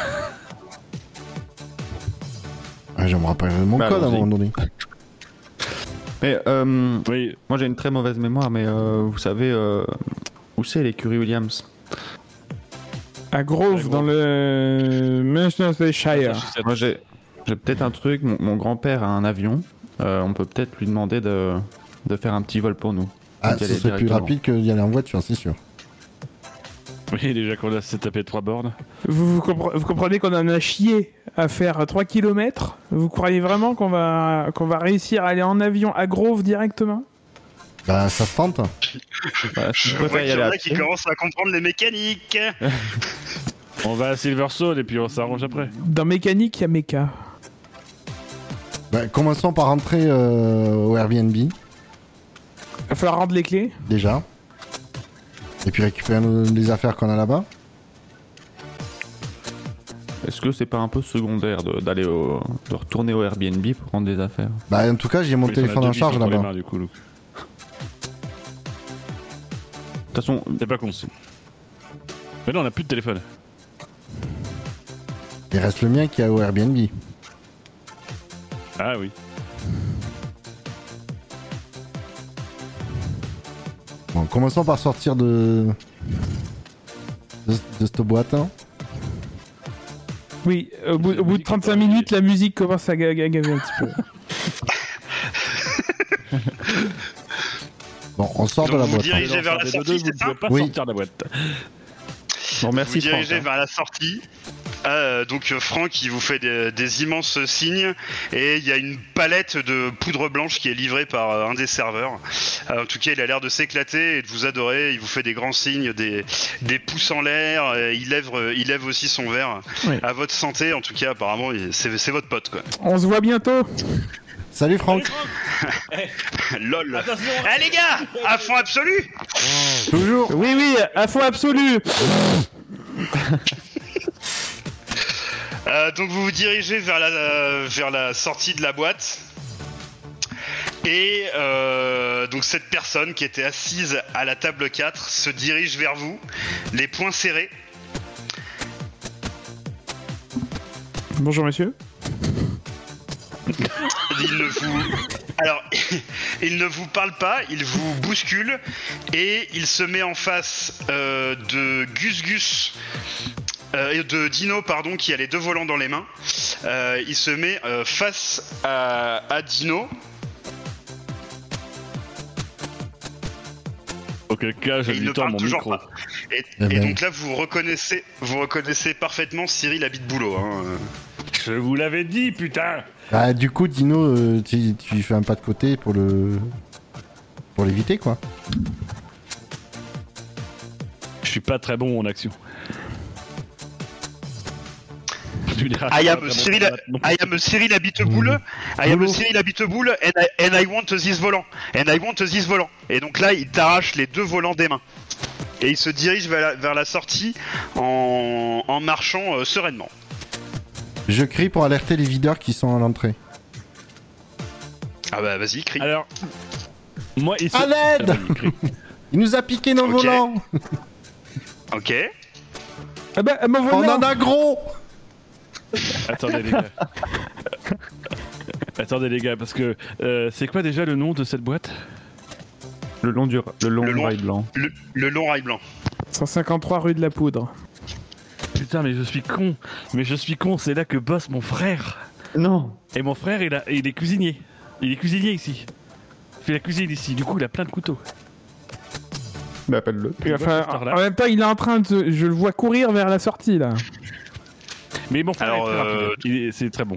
Speaker 3: Je me rappelle mon code à un moment donné.
Speaker 4: Mais
Speaker 5: Oui.
Speaker 4: moi j'ai une très mauvaise mémoire, mais vous savez où c'est l'écurie Williams?
Speaker 6: À Grove, dans le Manchester.
Speaker 4: Moi j'ai peut-être un truc, mon grand-père a un avion, on peut peut-être lui demander de faire un petit vol pour nous.
Speaker 3: Ah, ce serait plus rapide que d'y aller en voiture, c'est sûr.
Speaker 5: Oui, déjà qu'on a s'est tapé 3 bornes.
Speaker 6: Vous comprenez qu'on en a chié à faire 3 km? Vous croyez vraiment qu'on va réussir à aller en avion à Grove directement?
Speaker 3: Bah, ça se tente.
Speaker 2: Je vois qu'il y en a qui commencent à comprendre les mécaniques.
Speaker 5: On va à Silverstone et puis on s'arrange après.
Speaker 6: Dans mécanique, il y a méca.
Speaker 3: Bah, commençons par rentrer au Airbnb,
Speaker 6: Il va falloir rendre les clés.
Speaker 3: déjà. Et puis récupérer les affaires qu'on a là-bas.
Speaker 4: Est-ce que c'est pas un peu secondaire de retourner au Airbnb pour prendre des affaires?
Speaker 3: Bah, en tout cas, j'ai mon téléphone en charge là-bas.
Speaker 5: Du coup, Luke.
Speaker 4: De toute façon,
Speaker 5: C'est pas con. Mais non, on a plus de téléphone.
Speaker 3: Il reste le mien qui est au Airbnb.
Speaker 5: Ah oui.
Speaker 3: Bon, commençons par sortir de cette boîte. Hein.
Speaker 6: Oui, au bout de 35 minutes, la musique commence à gaver un petit peu.
Speaker 3: Bon, on sort
Speaker 2: Donc
Speaker 3: de la
Speaker 2: vous
Speaker 3: boîte.
Speaker 2: dirigez vers la
Speaker 5: Vous
Speaker 2: sortie,
Speaker 5: ne
Speaker 2: c'est ça?
Speaker 5: pouvez pas
Speaker 3: Oui.
Speaker 5: sortir de la boîte.
Speaker 4: bon, merci
Speaker 2: Vous dirigez
Speaker 4: Franck, hein.
Speaker 2: vers la sortie. Donc Franck, il vous fait des immenses signes et il y a une palette de poudre blanche qui est livrée par un des serveurs. En tout cas, il a l'air de s'éclater et de vous adorer. Il vous fait des grands signes, des pouces en l'air. Il lève aussi son verre.
Speaker 6: Oui.
Speaker 2: À votre santé. En tout cas, apparemment, c'est votre pote, quoi.
Speaker 6: On se voit bientôt.
Speaker 3: Salut Franck.
Speaker 2: Lol. Eh les gars, à fond absolu.
Speaker 3: Toujours.
Speaker 6: Oui, à fond absolu.
Speaker 2: Donc vous vous dirigez vers la sortie de la boîte et donc cette personne qui était assise à la table 4 se dirige vers vous, les poings serrés.
Speaker 6: Bonjour monsieur.
Speaker 2: Il ne vous parle pas, il vous bouscule et il se met en face de Gus et de Dino, pardon, qui a les 2 volants dans les mains. Il se met face à Dino.
Speaker 5: Auquel cas, je
Speaker 2: Et il
Speaker 5: lui
Speaker 2: ne
Speaker 5: tends
Speaker 2: parle
Speaker 5: mon
Speaker 2: toujours
Speaker 5: micro.
Speaker 2: pas. Et
Speaker 3: ben.
Speaker 2: donc là, vous reconnaissez parfaitement Cyril Abitboulot. Hein.
Speaker 5: Je vous l'avais dit, putain.
Speaker 3: Bah, du coup, Dino, tu fais un pas de côté pour l'éviter, quoi.
Speaker 5: Je suis pas très bon en action.
Speaker 2: I am Cyril Abiteboul. I am Cyril Abiteboul and I want this volant. And I want this volant. Et donc là, il t'arrache les 2 volants des mains. Et il se dirige vers la sortie en marchant sereinement.
Speaker 3: Je crie pour alerter les videurs qui sont à l'entrée.
Speaker 2: Ah bah vas-y, crie.
Speaker 5: Alors, moi, il
Speaker 3: À l'aide. Il nous a piqué nos
Speaker 2: Ok.
Speaker 3: volants.
Speaker 2: Ok.
Speaker 6: Ah bah, mon
Speaker 3: On
Speaker 6: volant.
Speaker 3: en a gros.
Speaker 5: Attendez les gars. Attendez les gars, parce que c'est quoi déjà le nom de cette boîte?
Speaker 4: Le long
Speaker 2: long-
Speaker 4: rail blanc.
Speaker 2: Le long rail blanc.
Speaker 6: 153 rue de la Poudre.
Speaker 5: Putain, mais je suis con, c'est là que bosse mon frère.
Speaker 4: Non.
Speaker 5: Et mon frère, il est cuisinier. Il est cuisinier ici. Il fait la cuisine ici, du coup il a plein de couteaux.
Speaker 4: Mais appelle-le.
Speaker 6: Enfin, en même temps, il est en train de... Je le vois courir vers la sortie, là.
Speaker 5: Mais mon frère est très rapide. C'est très bon.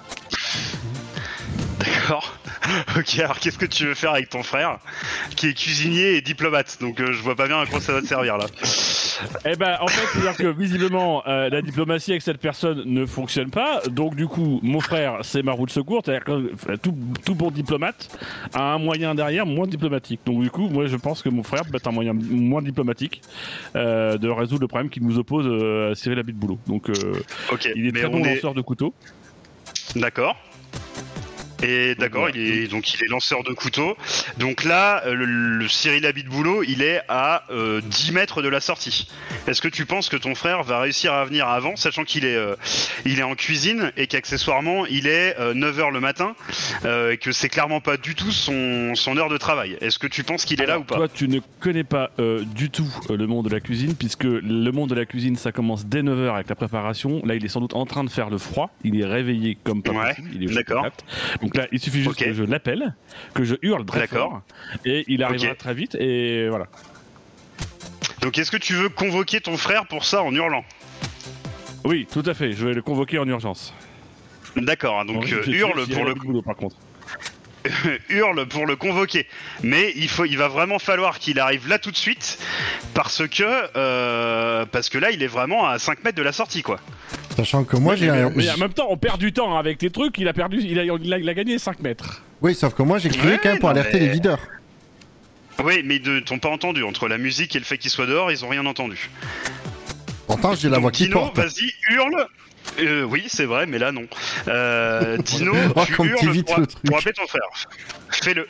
Speaker 2: D'accord. Ok, alors qu'est-ce que tu veux faire avec ton frère qui est cuisinier et diplomate? Donc je vois pas bien à quoi ça va te servir là.
Speaker 5: Eh ben, en fait, c'est-à-dire que visiblement, la diplomatie avec cette personne ne fonctionne pas. Donc, du coup, mon frère, c'est ma roue de secours. C'est-à-dire que tout bon diplomate a un moyen derrière moins diplomatique. Donc, du coup, moi, je pense que mon frère peut être un moyen moins diplomatique de résoudre le problème qui nous oppose à Cyril Abitboulot. Donc, il est très bon lanceur de couteau.
Speaker 2: D'accord. Et d'accord, il est lanceur de couteau. Donc là, le Cyril Abitboulot, il est à 10 mètres de la sortie. Est-ce que tu penses que ton frère va réussir à venir avant, sachant qu'il est en cuisine et qu'accessoirement, il est 9h le matin et que c'est clairement pas du tout son heure de travail? Est-ce que tu penses qu'il est là ou pas?
Speaker 5: Toi, tu ne connais pas du tout le monde de la cuisine, puisque le monde de la cuisine, ça commence dès 9h avec la préparation. Là, il est sans doute en train de faire le froid. Il est réveillé comme pas possible. Il est
Speaker 2: d'accord.
Speaker 5: Donc là, il suffit juste que je l'appelle, que je hurle très fort, et il arrivera très vite, et voilà.
Speaker 2: Donc est-ce que tu veux convoquer ton frère pour ça en hurlant?
Speaker 5: Oui, tout à fait, je vais le convoquer en urgence.
Speaker 2: D'accord, donc hurle pour le
Speaker 5: boulot par contre.
Speaker 2: hurle pour le convoquer, mais il va vraiment falloir qu'il arrive là tout de suite, parce que là il est vraiment à 5 mètres de la sortie quoi.
Speaker 3: Sachant que moi
Speaker 5: mais en même temps on perd du temps avec tes trucs, il a gagné 5 mètres.
Speaker 3: Oui, sauf que moi j'ai crié quand même pour alerter les videurs.
Speaker 2: Oui, mais ils t'ont pas entendu, entre la musique et le fait qu'ils soient dehors, ils ont rien entendu.
Speaker 3: Pourtant j'ai la voix qui
Speaker 2: Dino,
Speaker 3: porte.
Speaker 2: vas-y, hurle. Oui, c'est vrai, mais là non. Dino, tu
Speaker 3: comme
Speaker 2: hurles
Speaker 3: vite le truc.
Speaker 2: pour appeler ton frère. Fais-le.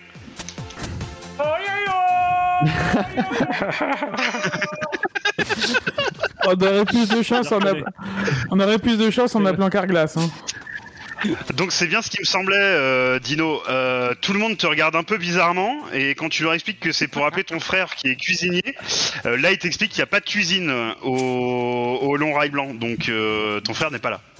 Speaker 6: On aurait plus de chance en appelant Carglass. Hein.
Speaker 2: Donc c'est bien ce qui me semblait, Dino. Tout le monde te regarde un peu bizarrement, et quand tu leur expliques que c'est pour appeler ton frère qui est cuisinier, là il t'explique qu'il n'y a pas de cuisine au Long Rail Blanc, donc ton frère n'est pas là.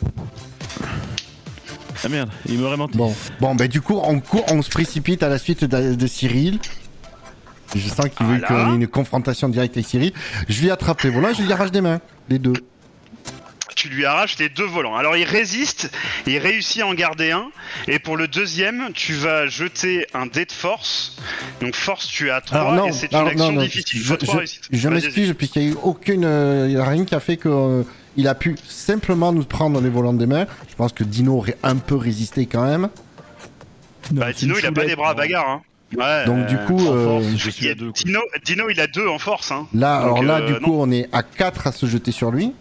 Speaker 5: Ah merde, il m'aurait menti.
Speaker 3: Bon, bah du coup on se précipite à la suite de Cyril. Je sens qu'il veut qu'on ait une confrontation directe avec Cyril. Je lui attrape les volants, je lui arrache des mains, les deux.
Speaker 2: Tu lui arraches les 2 volants. Alors il résiste, il réussit à en garder un, et pour le deuxième, tu vas jeter un dé de force. Donc force, tu as 3, et c'est une action difficile.
Speaker 3: Je m'excuse, puisqu'il n'y a eu aucune... il n'y a rien qui a fait qu'il a pu simplement nous prendre les volants des mains. Je pense que Dino aurait un peu résisté quand même.
Speaker 2: Bah Dino, il a pas des bras à bagarre, hein. Ouais,
Speaker 3: donc du coup,
Speaker 2: Dino il a 2 en force. Hein.
Speaker 3: Là,
Speaker 2: donc,
Speaker 3: alors là, du coup, on est à 4 à se jeter sur lui.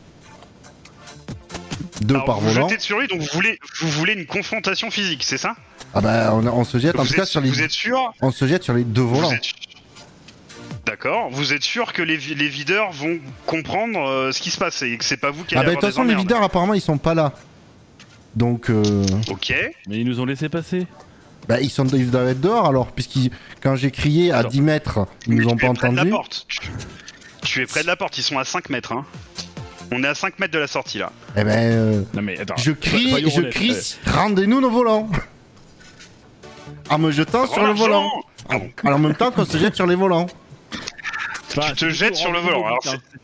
Speaker 3: 2 par volant.
Speaker 2: Vous jetez sur lui, donc vous voulez une confrontation physique, c'est ça?
Speaker 3: Ah bah on se jette en tout cas sur les.
Speaker 2: Vous êtes sûr?
Speaker 3: On se jette sur les 2 volants.
Speaker 2: D'accord. Vous êtes sûr que les videurs vont comprendre ce qui se passe et que c'est pas vous qui allez
Speaker 3: de toute façon, les videurs apparemment ils sont pas là. Donc.
Speaker 2: Ok.
Speaker 5: Mais ils nous ont laissé passer.
Speaker 3: Bah ils doivent être dehors alors, quand j'ai crié à 10 mètres, ils nous ont pas entendu.
Speaker 2: Tu es près de la porte, ils sont à 5 mètres. Hein. On est à 5 mètres de la sortie là.
Speaker 3: Eh ben.
Speaker 5: Non mais attends.
Speaker 3: Je crie, rendez-nous nos volants. En me jetant sur le volant. En même temps qu'on se jette sur les volants.
Speaker 2: Tu te jettes sur le volant. Alors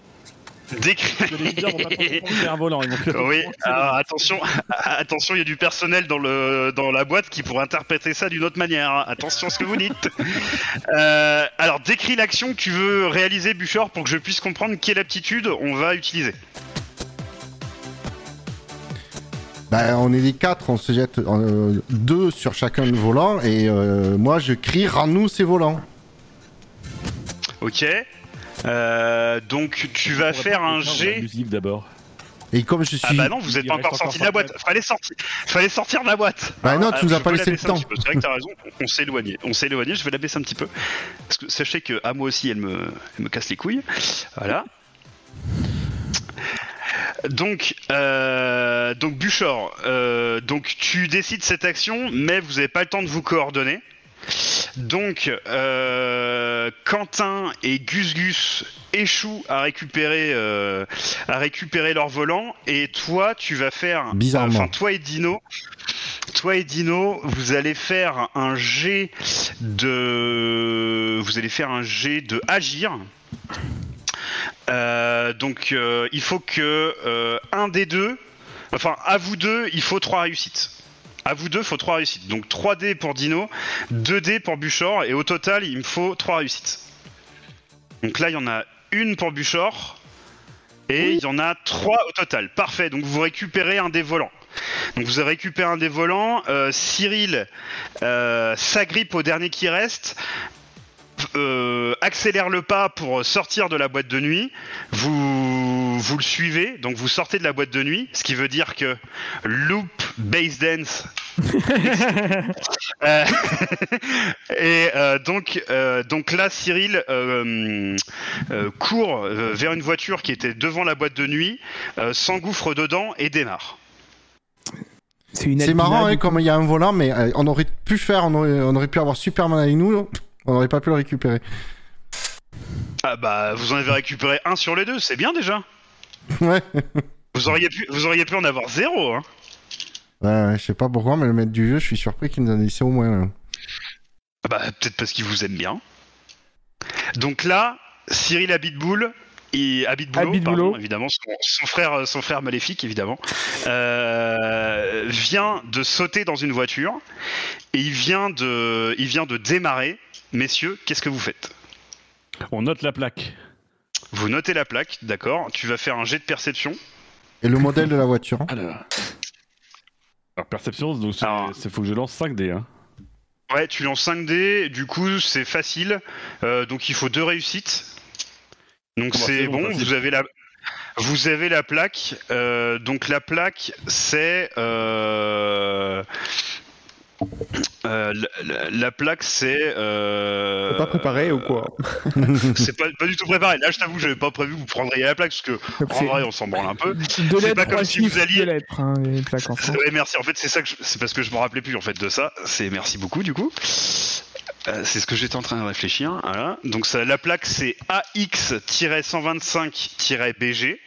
Speaker 5: un volant.
Speaker 2: Oui, alors attention, il y a du personnel dans la boîte qui pourrait interpréter ça d'une autre manière. Attention à ce que vous dites. Alors décris l'action que tu veux réaliser, Bûcheur, pour que je puisse comprendre quelle aptitude on va utiliser.
Speaker 3: Bah, on est les 4, on se jette 2 sur chacun de volants et moi je crie rends-nous ces volants.
Speaker 2: Ok. Donc tu vas faire un jet.
Speaker 5: D'abord.
Speaker 3: Et comme je suis.
Speaker 2: Ah bah non, vous êtes pas encore sorti de la boîte. Fallait sortir de la boîte.
Speaker 3: Bah non, tu nous as pas laissé le temps.
Speaker 2: C'est vrai que t'as raison. On s'est éloigné. Je vais la baisser un petit peu. Parce que sachez que à moi aussi, elle me casse les couilles. Voilà. Donc Bûcheur, donc tu décides cette action, mais vous n'avez pas le temps de vous coordonner. Donc Quentin et Gus échouent à récupérer leur volant, et toi tu vas faire
Speaker 3: bizarrement.
Speaker 2: Toi et Dino, vous allez faire un jet de agir. Donc il faut que un des deux, enfin à vous deux, il faut 3 réussites. À vous deux, il faut 3 réussites. Donc 3 dés pour Dino, 2 dés pour Buchor, et au total, il me faut 3 réussites. Donc là, il y en a une pour Buchor, et il y en a 3 au total. Parfait, donc vous récupérez un dé volant. Donc vous avez récupéré un dé volant. Cyril s'agrippe au dernier qui reste. Accélère le pas pour sortir de la boîte de nuit. Vous le suivez, donc vous sortez de la boîte de nuit, ce qui veut dire que loop bass dance. Donc là, Cyril court vers une voiture qui était devant la boîte de nuit, s'engouffre dedans et démarre.
Speaker 3: C'est marrant, hein, comme il y a un volant, mais on aurait pu avoir Superman avec nous. On n'aurait pas pu le récupérer.
Speaker 2: Ah bah, vous en avez récupéré un sur les deux, c'est bien déjà.
Speaker 3: Ouais.
Speaker 2: Vous auriez pu en avoir 0, hein.
Speaker 3: Ouais, je sais pas pourquoi, mais le maître du jeu, je suis surpris qu'il nous en ait laissé au moins un.
Speaker 2: Bah, peut-être parce qu'il vous aime bien. Donc là, Cyril Abitboul, pardon, évidemment, son frère maléfique, évidemment, vient de sauter dans une voiture et il vient de démarrer. Messieurs, qu'est-ce que vous faites ?
Speaker 5: On note la plaque.
Speaker 2: Vous notez la plaque, d'accord. Tu vas faire un jet de perception.
Speaker 3: Et le modèle de la voiture.
Speaker 5: Alors perception, donc c'est faut que je lance 5 dés. Hein.
Speaker 2: Ouais, tu lances 5 dés, du coup c'est facile. Donc il faut 2 réussites. Donc c'est bon, vous avez la plaque. Donc la plaque, c'est... la plaque, c'est...
Speaker 4: C'est pas préparé ou quoi?
Speaker 2: C'est pas du tout préparé. Là, je t'avoue, j'avais pas prévu que vous prendriez la plaque, parce que en vrai, on s'en branle un peu.
Speaker 6: C'est pas comme si vous alliez... lettres, hein, les plaques en France.
Speaker 2: Ouais, merci. En fait, c'est parce que je me rappelais plus en fait de ça. C'est merci beaucoup, du coup. C'est ce que j'étais en train de réfléchir. Voilà. Donc ça, la plaque, c'est AX-125-BG.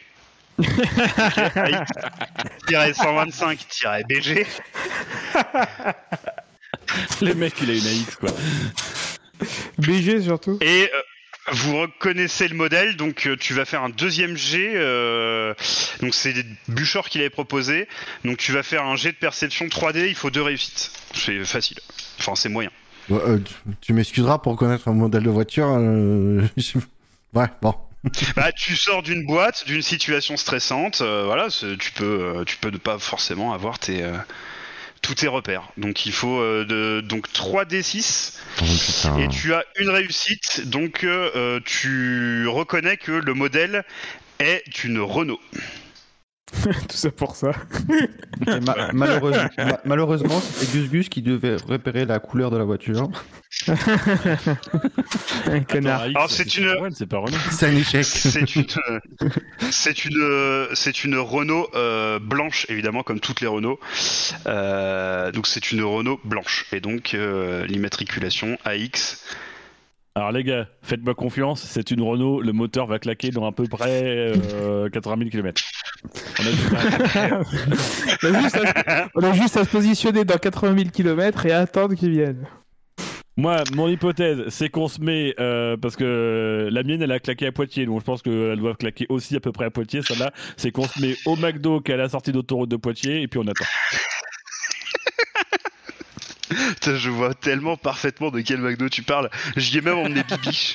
Speaker 2: AX-125-BG.
Speaker 5: Les mecs, il a une AX, quoi.
Speaker 6: BG surtout.
Speaker 2: Et vous reconnaissez le modèle, donc tu vas faire un deuxième jet. Donc c'est Buchor qui l'avait proposé. Donc tu vas faire un jet de perception 3D. Il faut 2 réussites. C'est facile. Enfin, c'est moyen.
Speaker 3: Tu m'excuseras pour connaître un modèle de voiture. Ouais, bon.
Speaker 2: Bah, tu sors d'une boîte, d'une situation stressante. Voilà, tu peux ne pas forcément avoir tous tes repères. Donc il faut donc 3d6 et tu as une réussite. Donc tu reconnais que le modèle est une Renault.
Speaker 6: Tout ça pour ça.
Speaker 4: Malheureusement, c'était Gus qui devait repérer la couleur de la voiture.
Speaker 6: Un connard.
Speaker 2: Alors c'est une...
Speaker 5: c'est pas Renault.
Speaker 3: C'est un échec.
Speaker 2: C'est une Renault blanche, évidemment, comme toutes les Renault. Donc c'est une Renault blanche. Et donc l'immatriculation AX.
Speaker 5: Alors les gars, faites-moi confiance, c'est une Renault, le moteur va claquer dans à peu près 80 000 km.
Speaker 6: On a juste à se positionner dans 80 000 km et attendre qu'ils viennent.
Speaker 5: Moi, mon hypothèse, c'est qu'on se met, parce que la mienne, elle a claqué à Poitiers, donc je pense qu'elle doit claquer aussi à peu près à Poitiers, celle-là, c'est qu'on se met au McDo qui est à la sortie d'autoroute de Poitiers, et puis on attend.
Speaker 2: Je vois tellement parfaitement de quel McDo tu parles. J'y ai même emmené Bibiche.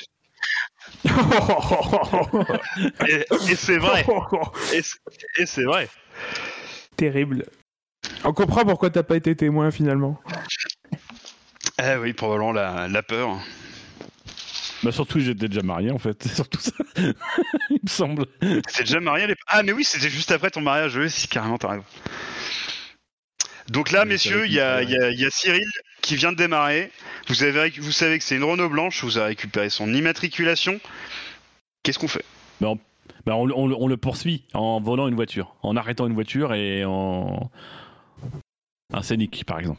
Speaker 2: et c'est vrai. Et c'est vrai.
Speaker 6: Terrible. On comprend pourquoi t'as pas été témoin finalement.
Speaker 2: Eh oui, probablement la peur.
Speaker 5: Bah surtout j'étais déjà marié en fait, c'est surtout ça. Il me semble.
Speaker 2: T'étais déjà marié à l'époque. Ah mais oui, c'était juste après ton mariage, oui, si carrément t'as raison. Donc là, messieurs, il y a Cyril qui vient de démarrer. Vous savez que c'est une Renault blanche. Vous avez récupéré son immatriculation. Qu'est-ce qu'on fait ?
Speaker 5: On le poursuit en volant une voiture, en arrêtant une voiture et en... Un Scénic, par exemple.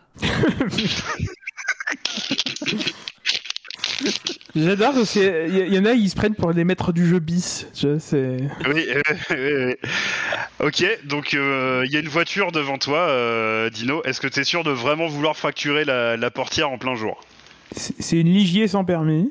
Speaker 6: J'adore parce qu'il y en a, ils se prennent pour des maîtres du jeu bis.
Speaker 2: Oui. Ok, donc il y a une voiture devant toi, Dino. Est-ce que t'es sûr de vraiment vouloir fracturer la portière en plein jour ?
Speaker 6: C'est une Ligier sans permis.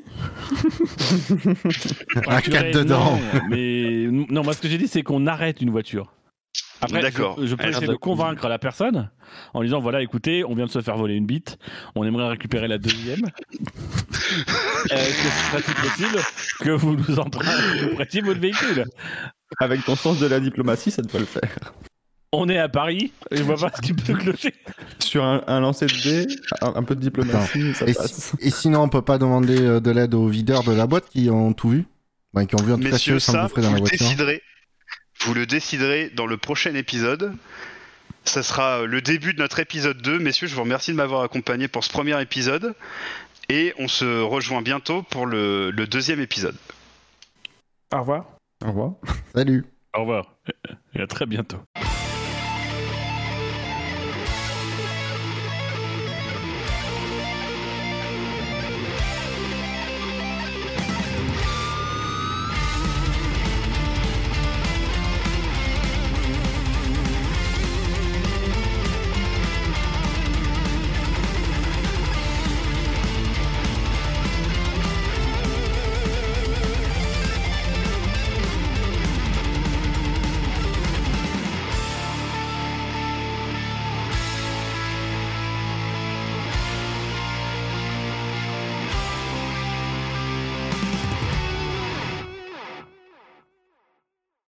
Speaker 3: Un 4 dedans.
Speaker 5: Non, moi ce que j'ai dit, c'est qu'on arrête une voiture. Après,
Speaker 2: D'accord.
Speaker 5: je peux essayer de convaincre la personne en disant voilà, écoutez, on vient de se faire voler une bite, on aimerait récupérer la deuxième. Est-ce que ce serait possible que vous nous prêtiez votre véhicule?
Speaker 4: Avec ton sens de la diplomatie, ça doit le faire.
Speaker 5: On est à Paris, je vois pas ce qui peut clocher.
Speaker 4: Sur un lancer de dés, un peu de diplomatie, ça passe.
Speaker 3: Et sinon, on peut pas demander de l'aide aux videurs de la boîte qui ont tout vu, qui ont vu un truc
Speaker 2: Messieurs,
Speaker 3: sans
Speaker 2: ça,
Speaker 3: bouffer dans la voiture.
Speaker 2: Vous le déciderez dans le prochain épisode. Ça sera le début de notre épisode 2. Messieurs, je vous remercie de m'avoir accompagné pour ce premier épisode. Et on se rejoint bientôt pour le deuxième épisode.
Speaker 6: Au revoir.
Speaker 4: Au revoir.
Speaker 3: Salut.
Speaker 5: Au revoir et à très bientôt.